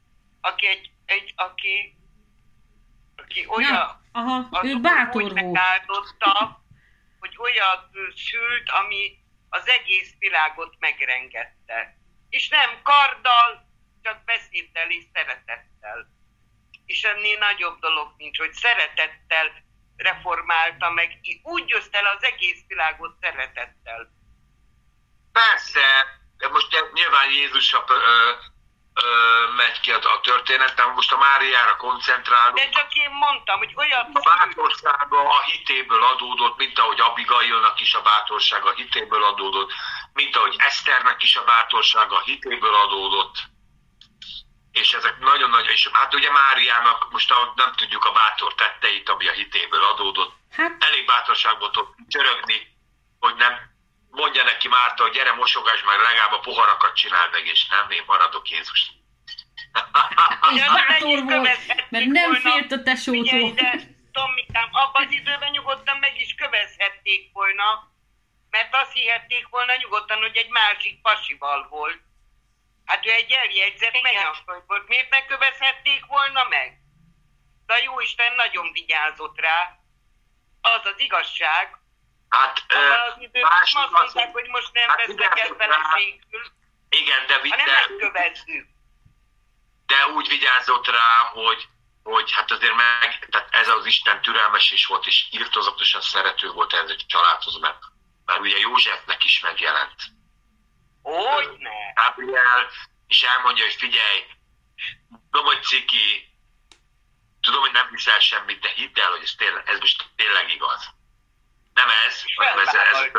Aki olyan... Na, aha, ő bátor úgy volt. Megáldotta, hogy olyan szült, ami az egész világot megrengette. És nem karddal, csak beszéddel és szeretettel. És ennél nagyobb dolog nincs, hogy szeretettel reformálta meg, úgy győzte el az egész világot szeretettel. Persze, de most nyilván Jézusra megy ki a történet, de most a Máriára koncentrálunk. De csak én mondtam, hogy olyan... A bátorsága a hitéből adódott, mint ahogy Abigailnak is a bátorsága a hitéből adódott, mint ahogy Eszternek is a bátorsága a hitéből adódott. És ezek nagyon nagy, és hát ugye Máriának most nem tudjuk a bátor tetteit, ami a hitéből adódott. Hát. Elég bátorságból tud csörögni, hogy nem mondja neki Márta, hogy gyere, mosogass meg, legalább a poharakat csináld meg, és nem, én maradok Jézus. És bátor volt, mert nem félt a tesótól. Figyelj, de Tomikám, abban az időben nyugodtan meg is kövezhették volna, mert azt hihették volna nyugodtan, hogy egy másik pasival volt. Hát ő egy eljegyzett mennyasszony volt. Miért ne kövezhették volna meg? De a Jóisten nagyon vigyázott rá. Az az igazság. Hát, az időben azt mondták, hogy most nem vesznek el feleségül, igen, hanem megkövezzük. De úgy vigyázott rá, hogy hát azért tehát ez az Isten türelmes is volt, és irtózatosan szerető volt ez egy családhoz, mert ugye Józsefnek is megjelent. Hogyne? Gabriel, és elmondja, hogy figyelj, tudom, hogy ciki, tudom, hogy nem hiszel semmit, de hidd el, hogy ez most tényleg igaz. Nem ez, hanem ez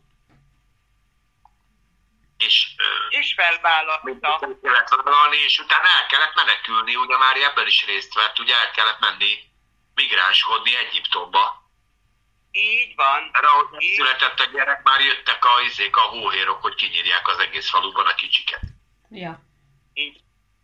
és felvállalta. Kellett vállalni, és utána el kellett menekülni, ugye már ebben is részt vett, ugye el kellett menni migránskodni Egyiptomba. Így van. Mert ahogy született a gyerek, már jöttek a hóhérok, hogy kinyírják az egész faluban a kicsiket. Ja. Így.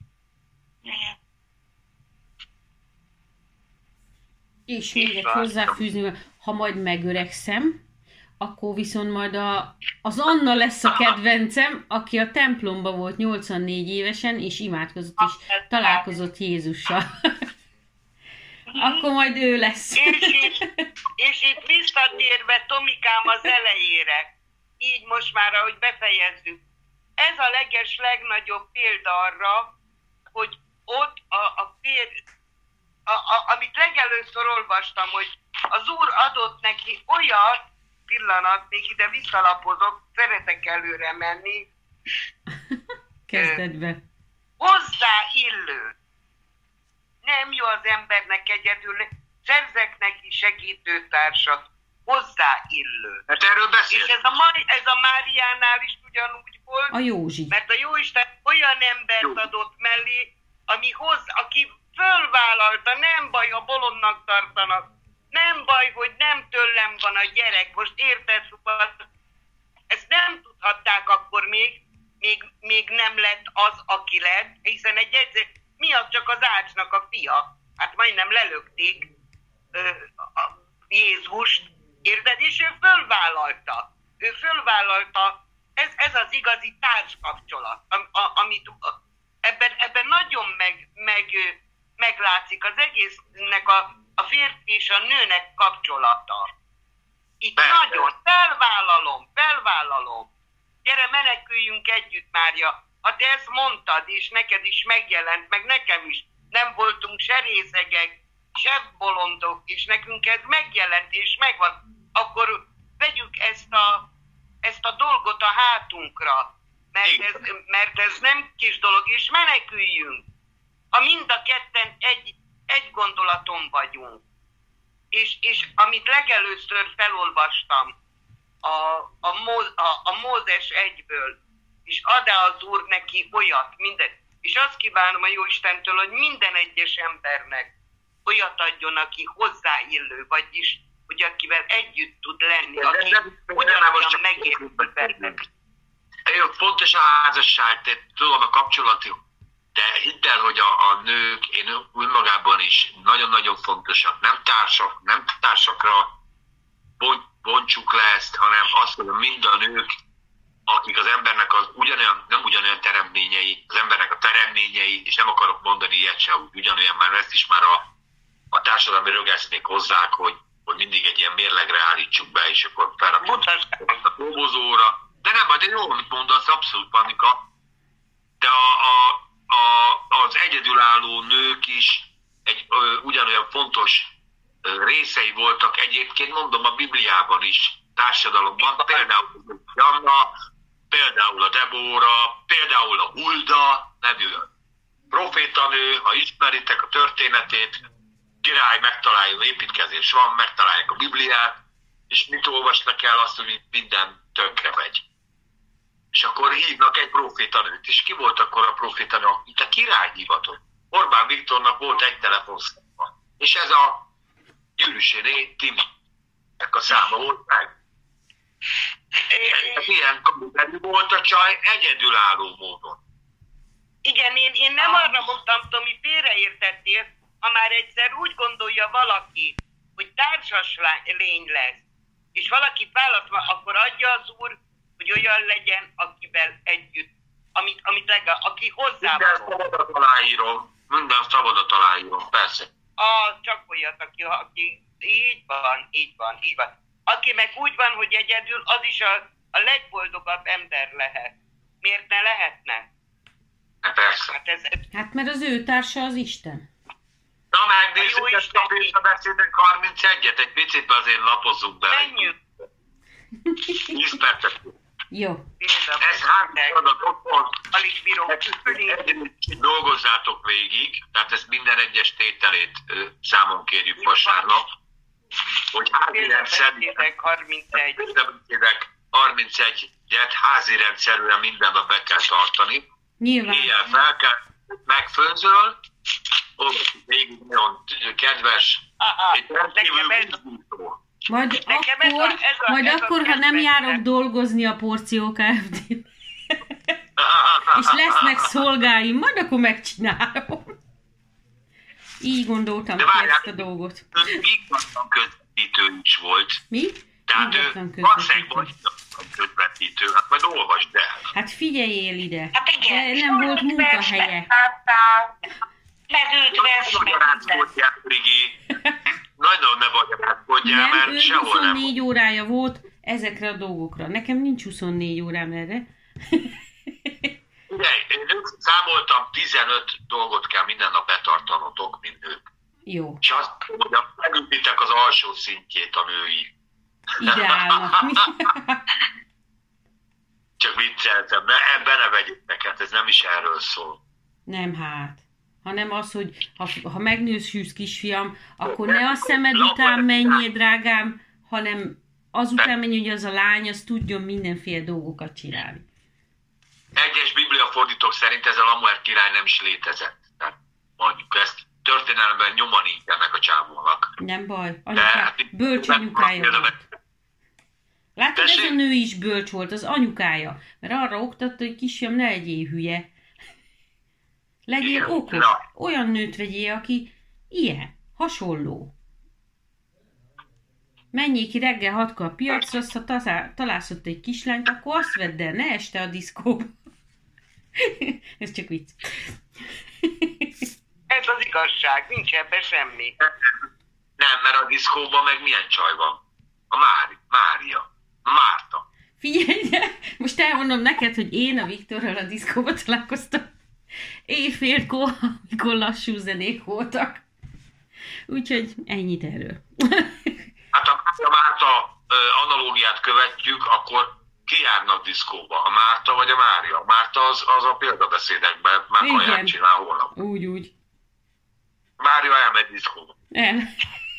És még egy hozzáfűzni, ha majd megöregszem, akkor viszont majd az Anna lesz a kedvencem, aki a templomba volt 84 évesen, és imádkozott, és találkozott Jézussal. Akkor majd ő lesz. És itt visszatérve Tomikám az elejére, így most már, ahogy befejezzük, ez a legnagyobb példa arra, hogy ott amit legelőször olvastam, hogy az Úr adott neki olyat, pillanat, még ide visszalapozok, szeretek előre menni. Kezded be. Hozzáillő. Nem jó az embernek egyedül, szerzek neki segítőtársat, hozzáillő. Hát erről beszélünk. És ez a Máriánál is ugyanúgy volt. A Józsi. Mert a Jóisten olyan embert adott mellé, aki fölvállalta, nem baj, ha bolondnak tartanak, nem baj, hogy nem tőlem van a gyerek, most érted, ezt nem tudhatták akkor még nem lett az, aki lett, hiszen mi az csak az ácsnak a fia? Hát majdnem lelökték Jézust, érted? És ő fölvállalta. Ez az igazi társkapcsolat, amit ebben nagyon meglátszik az egésznek a férfi és a nőnek kapcsolata. Itt nagyon felvállalom. Gyere, meneküljünk együtt, Mária. Ha te ezt mondtad, és neked is megjelent, meg nekem is, nem voltunk se részegek, se bolondok, és nekünk ez megjelent, és megvan, akkor vegyük ezt a dolgot a hátunkra, mert ez nem kis dolog, és meneküljünk. Ha mind a ketten egy gondolaton vagyunk. És amit legelőször felolvastam a Mózes 1-ből, és ad-e az Úr neki olyat, mindent. És azt kívánom a Jóistentől, hogy minden egyes embernek olyat adjon, aki hozzáillő, vagyis, hogy akivel együtt tud lenni, aki ugyanolyan megértő. Fontos a házasság, tudom a kapcsolatuk, de hidd el, hogy a nők, én önmagában is nagyon-nagyon fontosak. Nem társakra bontsuk le ezt, hanem azt, hogy mind a nők, akik az embernek nem ugyanolyan teremtményei, az embernek a teremtményei, és nem akarok mondani ilyet se, ugyanolyan, mert ezt is már a társadalmi rögesznék hozzák, hogy mindig egy ilyen mérlegre állítsuk be, és akkor felrakjuk a dobozóra. De nem, de jó, amit mondasz, abszolút, Pannika. De az egyedülálló nők is ugyanolyan fontos részei voltak egyébként, mondom, a Bibliában is, társadalomban, például Janna, például például a Debóra, például a Hulda nevű profétanő, ha ismeritek a történetét, király megtalálja, építkezés van, megtalálják a Bibliát, és mit olvasnak el azt, hogy minden tönkre megy. És akkor hívnak egy profétanőt, és ki volt akkor a profétanő? Mint a király hivatott. Orbán Viktornak volt egy telefonszáma, és ez a Gyűrűséné Timinek a száma volt meg. Ilyen kamerű volt a csaj egyedülálló módon. Igen, én nem arra mondtam, Tomi, félreértettél, ha már egyszer úgy gondolja valaki, hogy társas lény lesz, és valakit választ, akkor adja az Úr, hogy olyan legyen, akivel együtt, aki hozzá van. Minden szabadat aláírom, persze. Csak olyat, aki így van. Aki meg úgy van, hogy egyedül, az is a legboldogabb ember lehet. Miért ne lehetne? Persze. Hát mert az ő társa az Isten. Na megnézzük ezt a Példabeszédek 31-et, egy picit azért lapozzunk bele. Menjünk. 10 percet. Jó. Ez hátradat otthon. Alig bírom küzdeni. Dolgozzátok végig, tehát ezt minden egyes tételét számon kérjük vasárnap, hogy Példabeszédek 31. Példabeszédek 31-et házi rendszerűen minden nap be kell tartani. Nyilván. Éjjel fel kell, megfőzöl, olvasjuk végig, nagyon kedves, egy rendkívül bízó. Majd Nekem akkor, ha nem járok dolgozni a Porció Kft-n, és lesznek szolgáim, majd akkor megcsinálom. Így gondoltam ki ezt a dolgot. Ingatlan közvetítő is volt. Mi? Tehát ő valószínűleg közvetítő, hát majd olvasd el. Hát figyeljél ide. Hát igen. De nem volt munkahelye. Megült Magyarázkodjál, Brigi. Nagyon ne magyarázkodjál, Nem, mert ő sehol nem. 24 órája volt ezekre a dolgokra. Nekem nincs 24 órám erre. Ugye, én számoltam, 15 dolgot kell minden nap betartanotok, mint nők. Jó. És azt, hogy megütitek az alsó szintjét a női. Ideálnak. Csak vicceltem, ebben ne vegyétek, hát ez nem is erről szól. Nem hát. Hanem az, hogy ha megnősülsz, kisfiam, akkor ne a szemed után menjél, drágám, hanem azután menj, hogy az a lány, az tudjon mindenféle dolgokat csinálni. Egyes bibliafordítók szerint ez a Lamuel király nem is létezett. Tehát mondjuk ezt történelemben nyoma nincs ennek a csávónak. Nem baj, hát bölcs anyukája volt. Látod, ez a nő is bölcs volt, az anyukája. Mert arra oktatta, hogy kisfiam, ne legyél hülye. Legyél okos. Na. Olyan nőt vegyél, aki ilyen, hasonló. Menjél ki reggel 6-kor a piacra, azt ha találsz ott egy kislányt, akkor azt vedd el, ne este a diszkóba. Ez csak vicc. Ez az igazság, nincs ebben semmi. Nem, mert a diszkóban meg milyen csaj van? A Mária. A Márta. Figyelj, de most elmondom neked, hogy én a Viktorral a diszkóba találkoztam. Éjfélkor, amikor lassú zenék voltak. Úgyhogy ennyit erről. Hát ha a Márta analógiát követjük, akkor ki járnak diszkóba? A Márta vagy a Mária? A Márta az a példabeszédekben már kaját csinál holnap. Úgy. Mária elmegy diszkóba. El.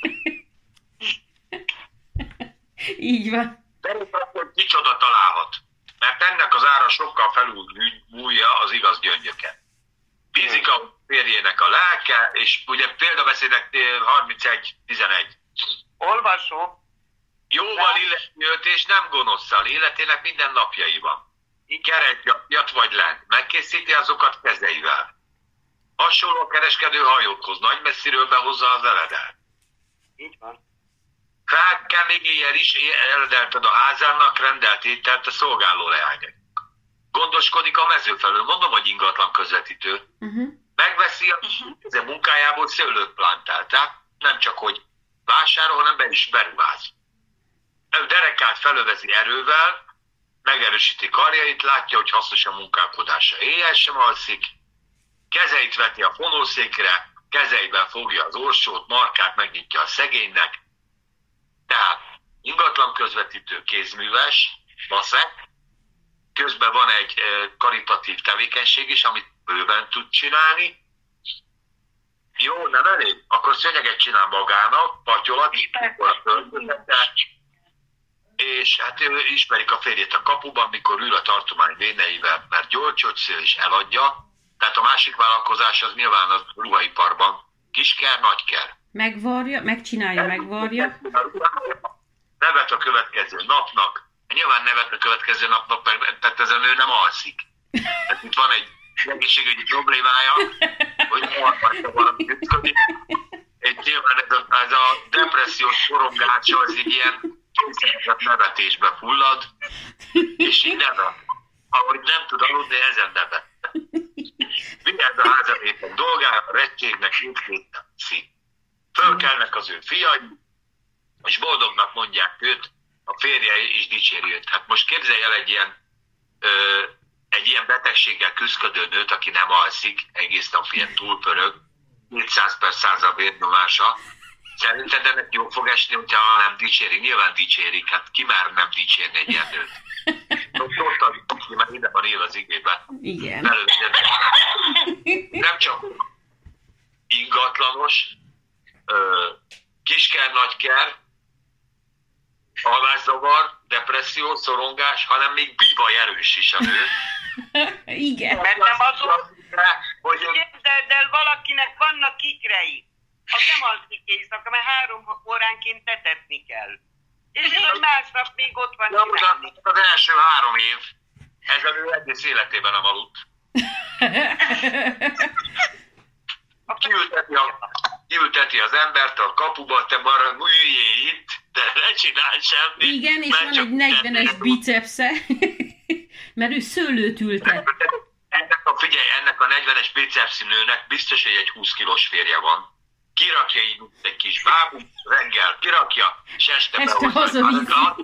Így van. De hogy kicsoda találhat. Mert ennek az ára sokkal felülmúlja az igaz gyöngyöket. Bízik a férjének a lelke, és ugye példabeszédek 31-11. Olvasó. Jóval illeti őt, és nem gonoszszal, életének minden napjaiban. Keretjat vagy lent, megkészíti azokat kezeivel. Hasonló a kereskedő hajókhoz, nagy messziről behozza az eledelt. Így van. Fel kell még éjjel is eledelted a házának, rendelt ételt a szolgáló leányok. Gondoskodik a mező felől, mondom, hogy ingatlan közvetítő. Megveszi a munkájából szőlőt plántál, tehát nem csak, hogy vásárol, hanem be is beruház. Ő derekát felövezi erővel, megerősíti karjait, látja, hogy hasznos a munkálkodása. Éjjel sem alszik, kezeit veti a fonószékre, kezeiben fogja az orsót, markát megnyitja a szegénynek. Tehát ingatlan közvetítő, kézműves, baszek, közben van egy karitatív tevékenység is, amit bőven tud csinálni. Jó, nem elég? Akkor szönyeget csinál magának, patyolat, és hát ő ismerik a férjét a kapuban, mikor ül a tartomány véneivel, mert gyolcsot szél és eladja. Tehát a másik vállalkozás az nyilván a ruhaiparban. Kisker, nagyker. Megvarja, megcsinálja, megvarja. Nevet a következő napnak. Nyilván nevet a következő napnak, tehát ez a nő nem alszik. Tehát itt van egy egészségügyi problémája, hogy alfajta valami ütködik. Nyilván ez a depressziós sorongása az így ilyen nevetésbe fullad, és így nevet. Ahogy nem tud aludni, ezen nevet. Vigyázz a házaléten dolgára, a rettségnek mindkét szik. Fölkelnek az ő fiai, és boldognak mondják őt, a férje is dicséri őt. Hát most képzelj el egy ilyen betegséggel küzdködő nőt, aki nem alszik, egész nap ilyen túlpörög, 200/100 a vérnyomása. Szerinted ennek jó fog esni, hogyha nem dicsérik? Nyilván dicsérik, hát ki már nem dicsérni egy ilyen nőt? Mert ide van él az igében. Igen. Nem csak ingatlanos, kisker, nagyker, alvászavar, depresszió, szorongás, hanem még bivaj erős is a nő. Igen. Mert nem azon, hogy képzeld el, valakinek vannak ikrei. Az nem alszik éjszaka, mert 3 óránként tetetni kell. És hogy másnap még ott van csinálni. Az első 3 év, ez a nő egész életében nem aludt. Kiülteti az embert a kapuba, te marad, üljél itt, de ne csinálj semmit. Igen, és van egy 40-es bicepsze, mert ő szőlőt ültet. Ennek a 40-es bicepszű nőnek biztos, hogy egy 20 kilós férje van. Kirakja így egy kis bábú, reggel kirakja, és este hazavívja.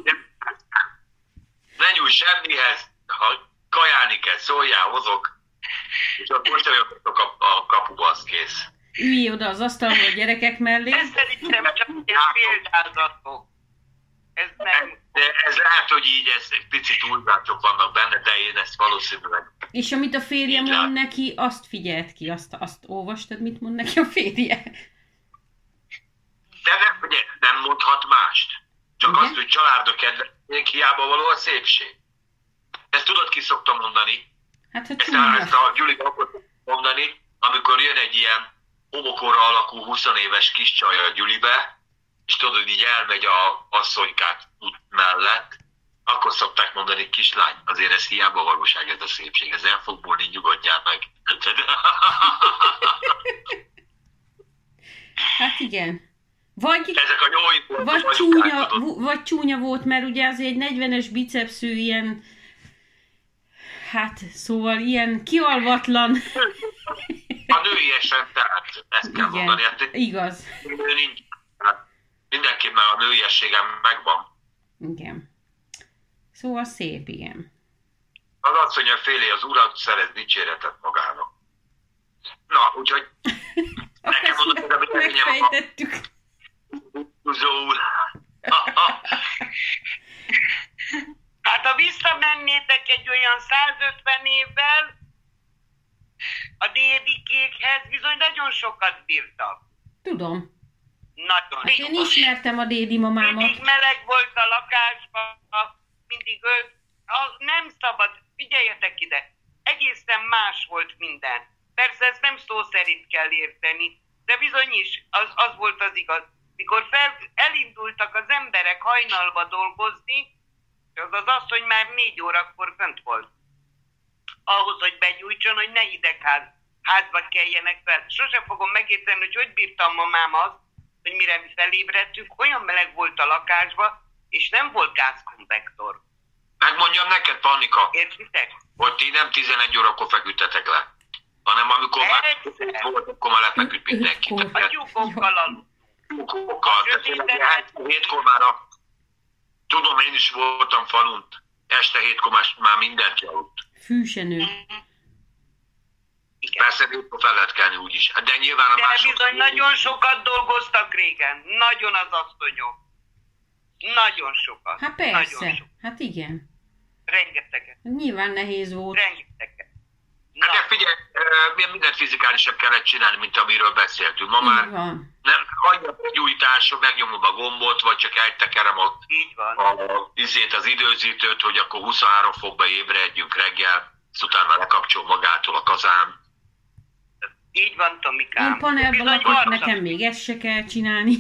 Ne nyújj semmihez, ha kajálni kell, szóljál, hozok, és akkor most olyatok a kapuba, az kész. Ülj oda az asztalra a gyerekek mellé. Ez szerintem csak ilyen példázatok. Ez nem... De ez lehet, hogy így egy picit újzátok vannak benne, de én ezt valószínűleg... És amit a férje mond neki, azt figyelt ki, azt olvastad, mit mond neki a férje? De nem mondhat mást. Csak igen? Azt, hogy családok kedvének hiába való a szépség. Ezt tudod, ki szokta mondani? Hát, hogy ezt a Gyuri akkor mondani, amikor jön egy ilyen homokora alakú 20 éves kis csaj a Gyulibe, és tudod, hogy így elmegy a asszonykák út mellett, akkor szokták mondani, kislány, azért ez hiába valóság, ez a szépség, ez el fog múlni, nyugodjál meg. Hát igen. Vagy csúnya volt, mert ugye azért egy 40-es bicepszű ilyen, hát szóval ilyen kialvatlan. A nőiesen, tehát ezt kell igen, mondani. Hát, igaz. Nincs, hát mindenképp már a nőiességem megvan. Igen. Szóval szép, igen. Az asszony félé az urat, szerez dicséretet magának. Na, úgyhogy nekem mondod, hogy megfejtettük. Hát ha visszamennétek egy olyan 150 évvel, a dédikékhez bizony nagyon sokat bírtak. Tudom. Nagyon hát én ismertem a dédi mamámat. Mindig meleg volt a lakásban, mindig ölt. Nem szabad, figyeljetek ide, egészen más volt minden. Persze ezt nem szó szerint kell érteni, de bizony is, az volt az igaz. Mikor elindultak az emberek hajnalba dolgozni, az asszony már 4 órakor fönt volt. Ahhoz, hogy begyújtson, hogy ne hideg-házba keljenek fel. Sose fogom megérteni, hogy bírta a mamám azt, hogy mire mi felébredtünk, olyan meleg volt a lakásba, és nem volt gázkonvektor. Megmondjam neked, Pannika, értitek? Hogy ti nem 11 órakor feküdtetek le, hanem amikor már volt, akkor már lefeküdt mindenki. A tyúkokkal aludt. Tyúkokkal, de 7-kor már tudom, én is voltam falunt, este 7-kor már mindenki aludt. Fűsenő. Persze 7-kor fel lehet kelni úgyis. De nyilván a de mások... bizony nagyon sokat dolgoztak régen. Nagyon az asszonyok. Nagyon sokat. Hát persze. Hát igen. Rengeteget. Nyilván nehéz volt. Rengeteg. Hát de figyelj, mindent fizikálisan kellett csinálni, mint amiről beszéltünk. Ma Így már van. nem hagyja a gyújtásra, megnyomom a gombot, vagy csak eltekerem Így van. az időzítőt, hogy akkor 23 fokba ébredjünk reggel, ezt utána lekapcsol magától a kazán. Így van, Tomikám. Én panelban Bizony lakok, harcok. nekem még ezt se kell csinálni.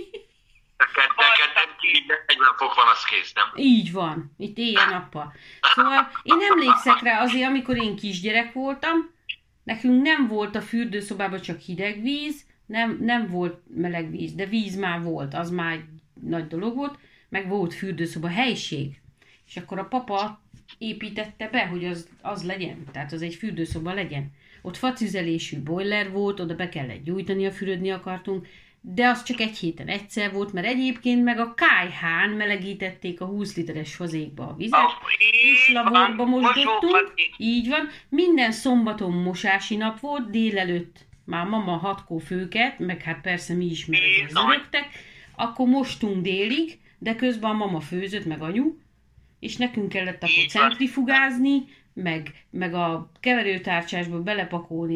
Neked 40 fok van, az kész, nem? Így van, itt éjjel-nappal. Szóval én emlékszek rá azért, amikor én kisgyerek voltam, nekünk nem volt a fürdőszobában csak hideg víz, nem volt meleg víz, de víz már volt, az már egy nagy dolog volt, meg volt fürdőszoba helység. És akkor a papa építette be, hogy az legyen, tehát az egy fürdőszoba legyen. Ott fatüzelésű boiler volt, oda be kellett gyújtani, ha fürödni akartunk, de az csak egy héten egyszer volt, mert egyébként meg a kályhán melegítették a 20 literes fazékba a vizet, és laborba mosdottunk, így van, minden szombaton mosási nap volt, délelőtt már mama 6-kor főket, meg hát persze mi is, mert zörögtek, akkor mostunk délig, de közben a mama főzött, meg anyu, és nekünk kellett akkor centrifugázni, meg a keverőtárcsásba belepakolni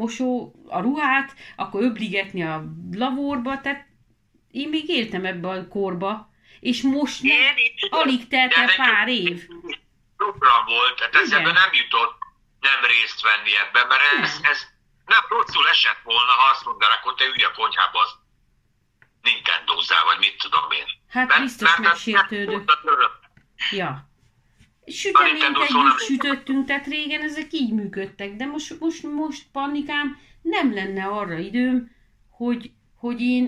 a ruhát, akkor öbligetni a laborba, tehát én még éltem ebbe a korba, és most alig telt el pár év. Program volt, tehát eszembe nem jutott nem részt venni ebben, mert ez nem rosszul esett volna, ha azt mondanak, hogy te ülj a konyhába, az Nintendo-zzál, vagy mit tudom én. Hát biztos megsértődök. Ja. Süteményt együtt sütöttünk, tehát régen ezek így működtek, de most Pannikám, nem lenne arra időm, hogy én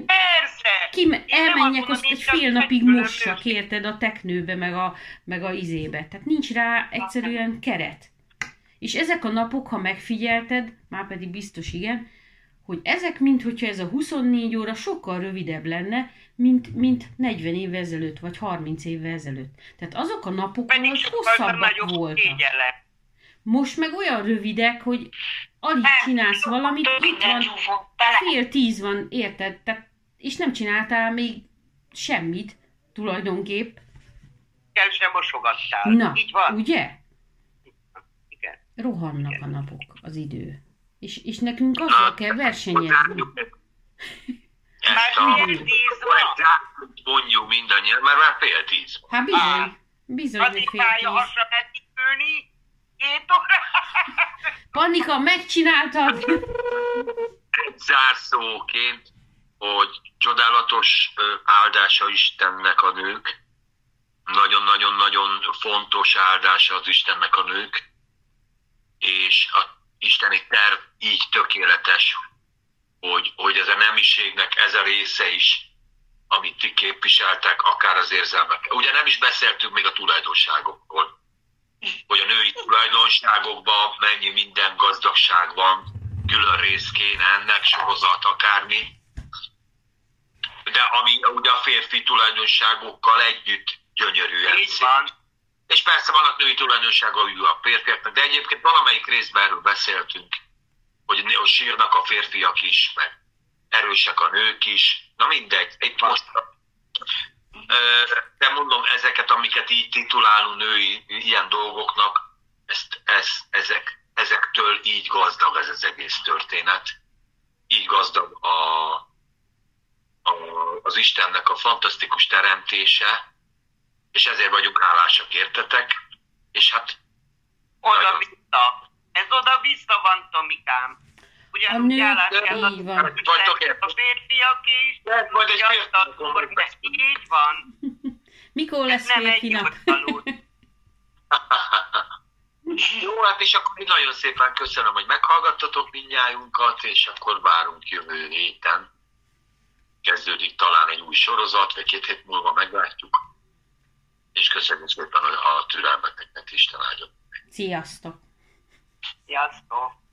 elmenjek, azt egy fél napig mossak, érted, a teknőbe, meg a izébe. Tehát nincs rá egyszerűen keret. És ezek a napok, ha megfigyelted, már pedig biztos igen, hogy ezek, minthogyha ez a 24 óra sokkal rövidebb lenne, mint 40 évvel ezelőtt, vagy 30 évvel ezelőtt. Tehát azok a napok hogy hosszabbak voltak. Most meg olyan rövidek, hogy alig csinálsz valamit, itt van, 9:30 van, érted? Tehát, és nem csináltál még semmit, tulajdonképp. Kell sem mosogattál. Na, így van. ugye? Igen. Rohannak a napok, az idő. És nekünk azzal kell versenyezni. Már fél 10 van. Mondjuk mindannyian, mert már fél 10. Hát bizony, hogy fél 10. Hasra meddig főni, 2 óra. Pannika, megcsináltad! Zárszóként, hogy csodálatos áldása Istennek a nők, nagyon-nagyon-nagyon fontos áldása az Istennek a nők, és a isteni terv így tökéletes, hogy ez a nemiségnek ez a része is, amit ti képviseltek, akár az érzelmek. Ugye nem is beszéltünk még a tulajdonságokról, hogy a női tulajdonságokban mennyi minden gazdagság van, külön rész kéne ennek, sorozat, akármi, de ami ugye a férfi tulajdonságokkal együtt gyönyörűen szép. És persze vannak női tulajdonságai a férfiaknak, de egyébként valamelyik részben erről beszéltünk, hogy sírnak a férfiak is, meg erősek a nők is. Na mindegy, itt most de mondom, ezeket, amiket így titulálunk női ilyen dolgoknak, ezektől így gazdag ez az egész történet. Így gazdag az Istennek a fantasztikus teremtése, és ezért vagyunk hálásak, értetek? És hát... Oda-vissza. Ez oda-vissza van, Tomikám. Ugyanúgy állás kell a férfiak is, majd így van. Mikor lesz férfinak? Jó, hát és akkor nagyon szépen köszönöm, hogy meghallgattatok mindnyájunkat, és akkor várunk jövő héten. Kezdődik talán egy új sorozat, vagy 2 hét múlva meglátjuk. És köszönjük szépen a türelmeteket, Isten áldjon. Sziasztok! Sziasztok!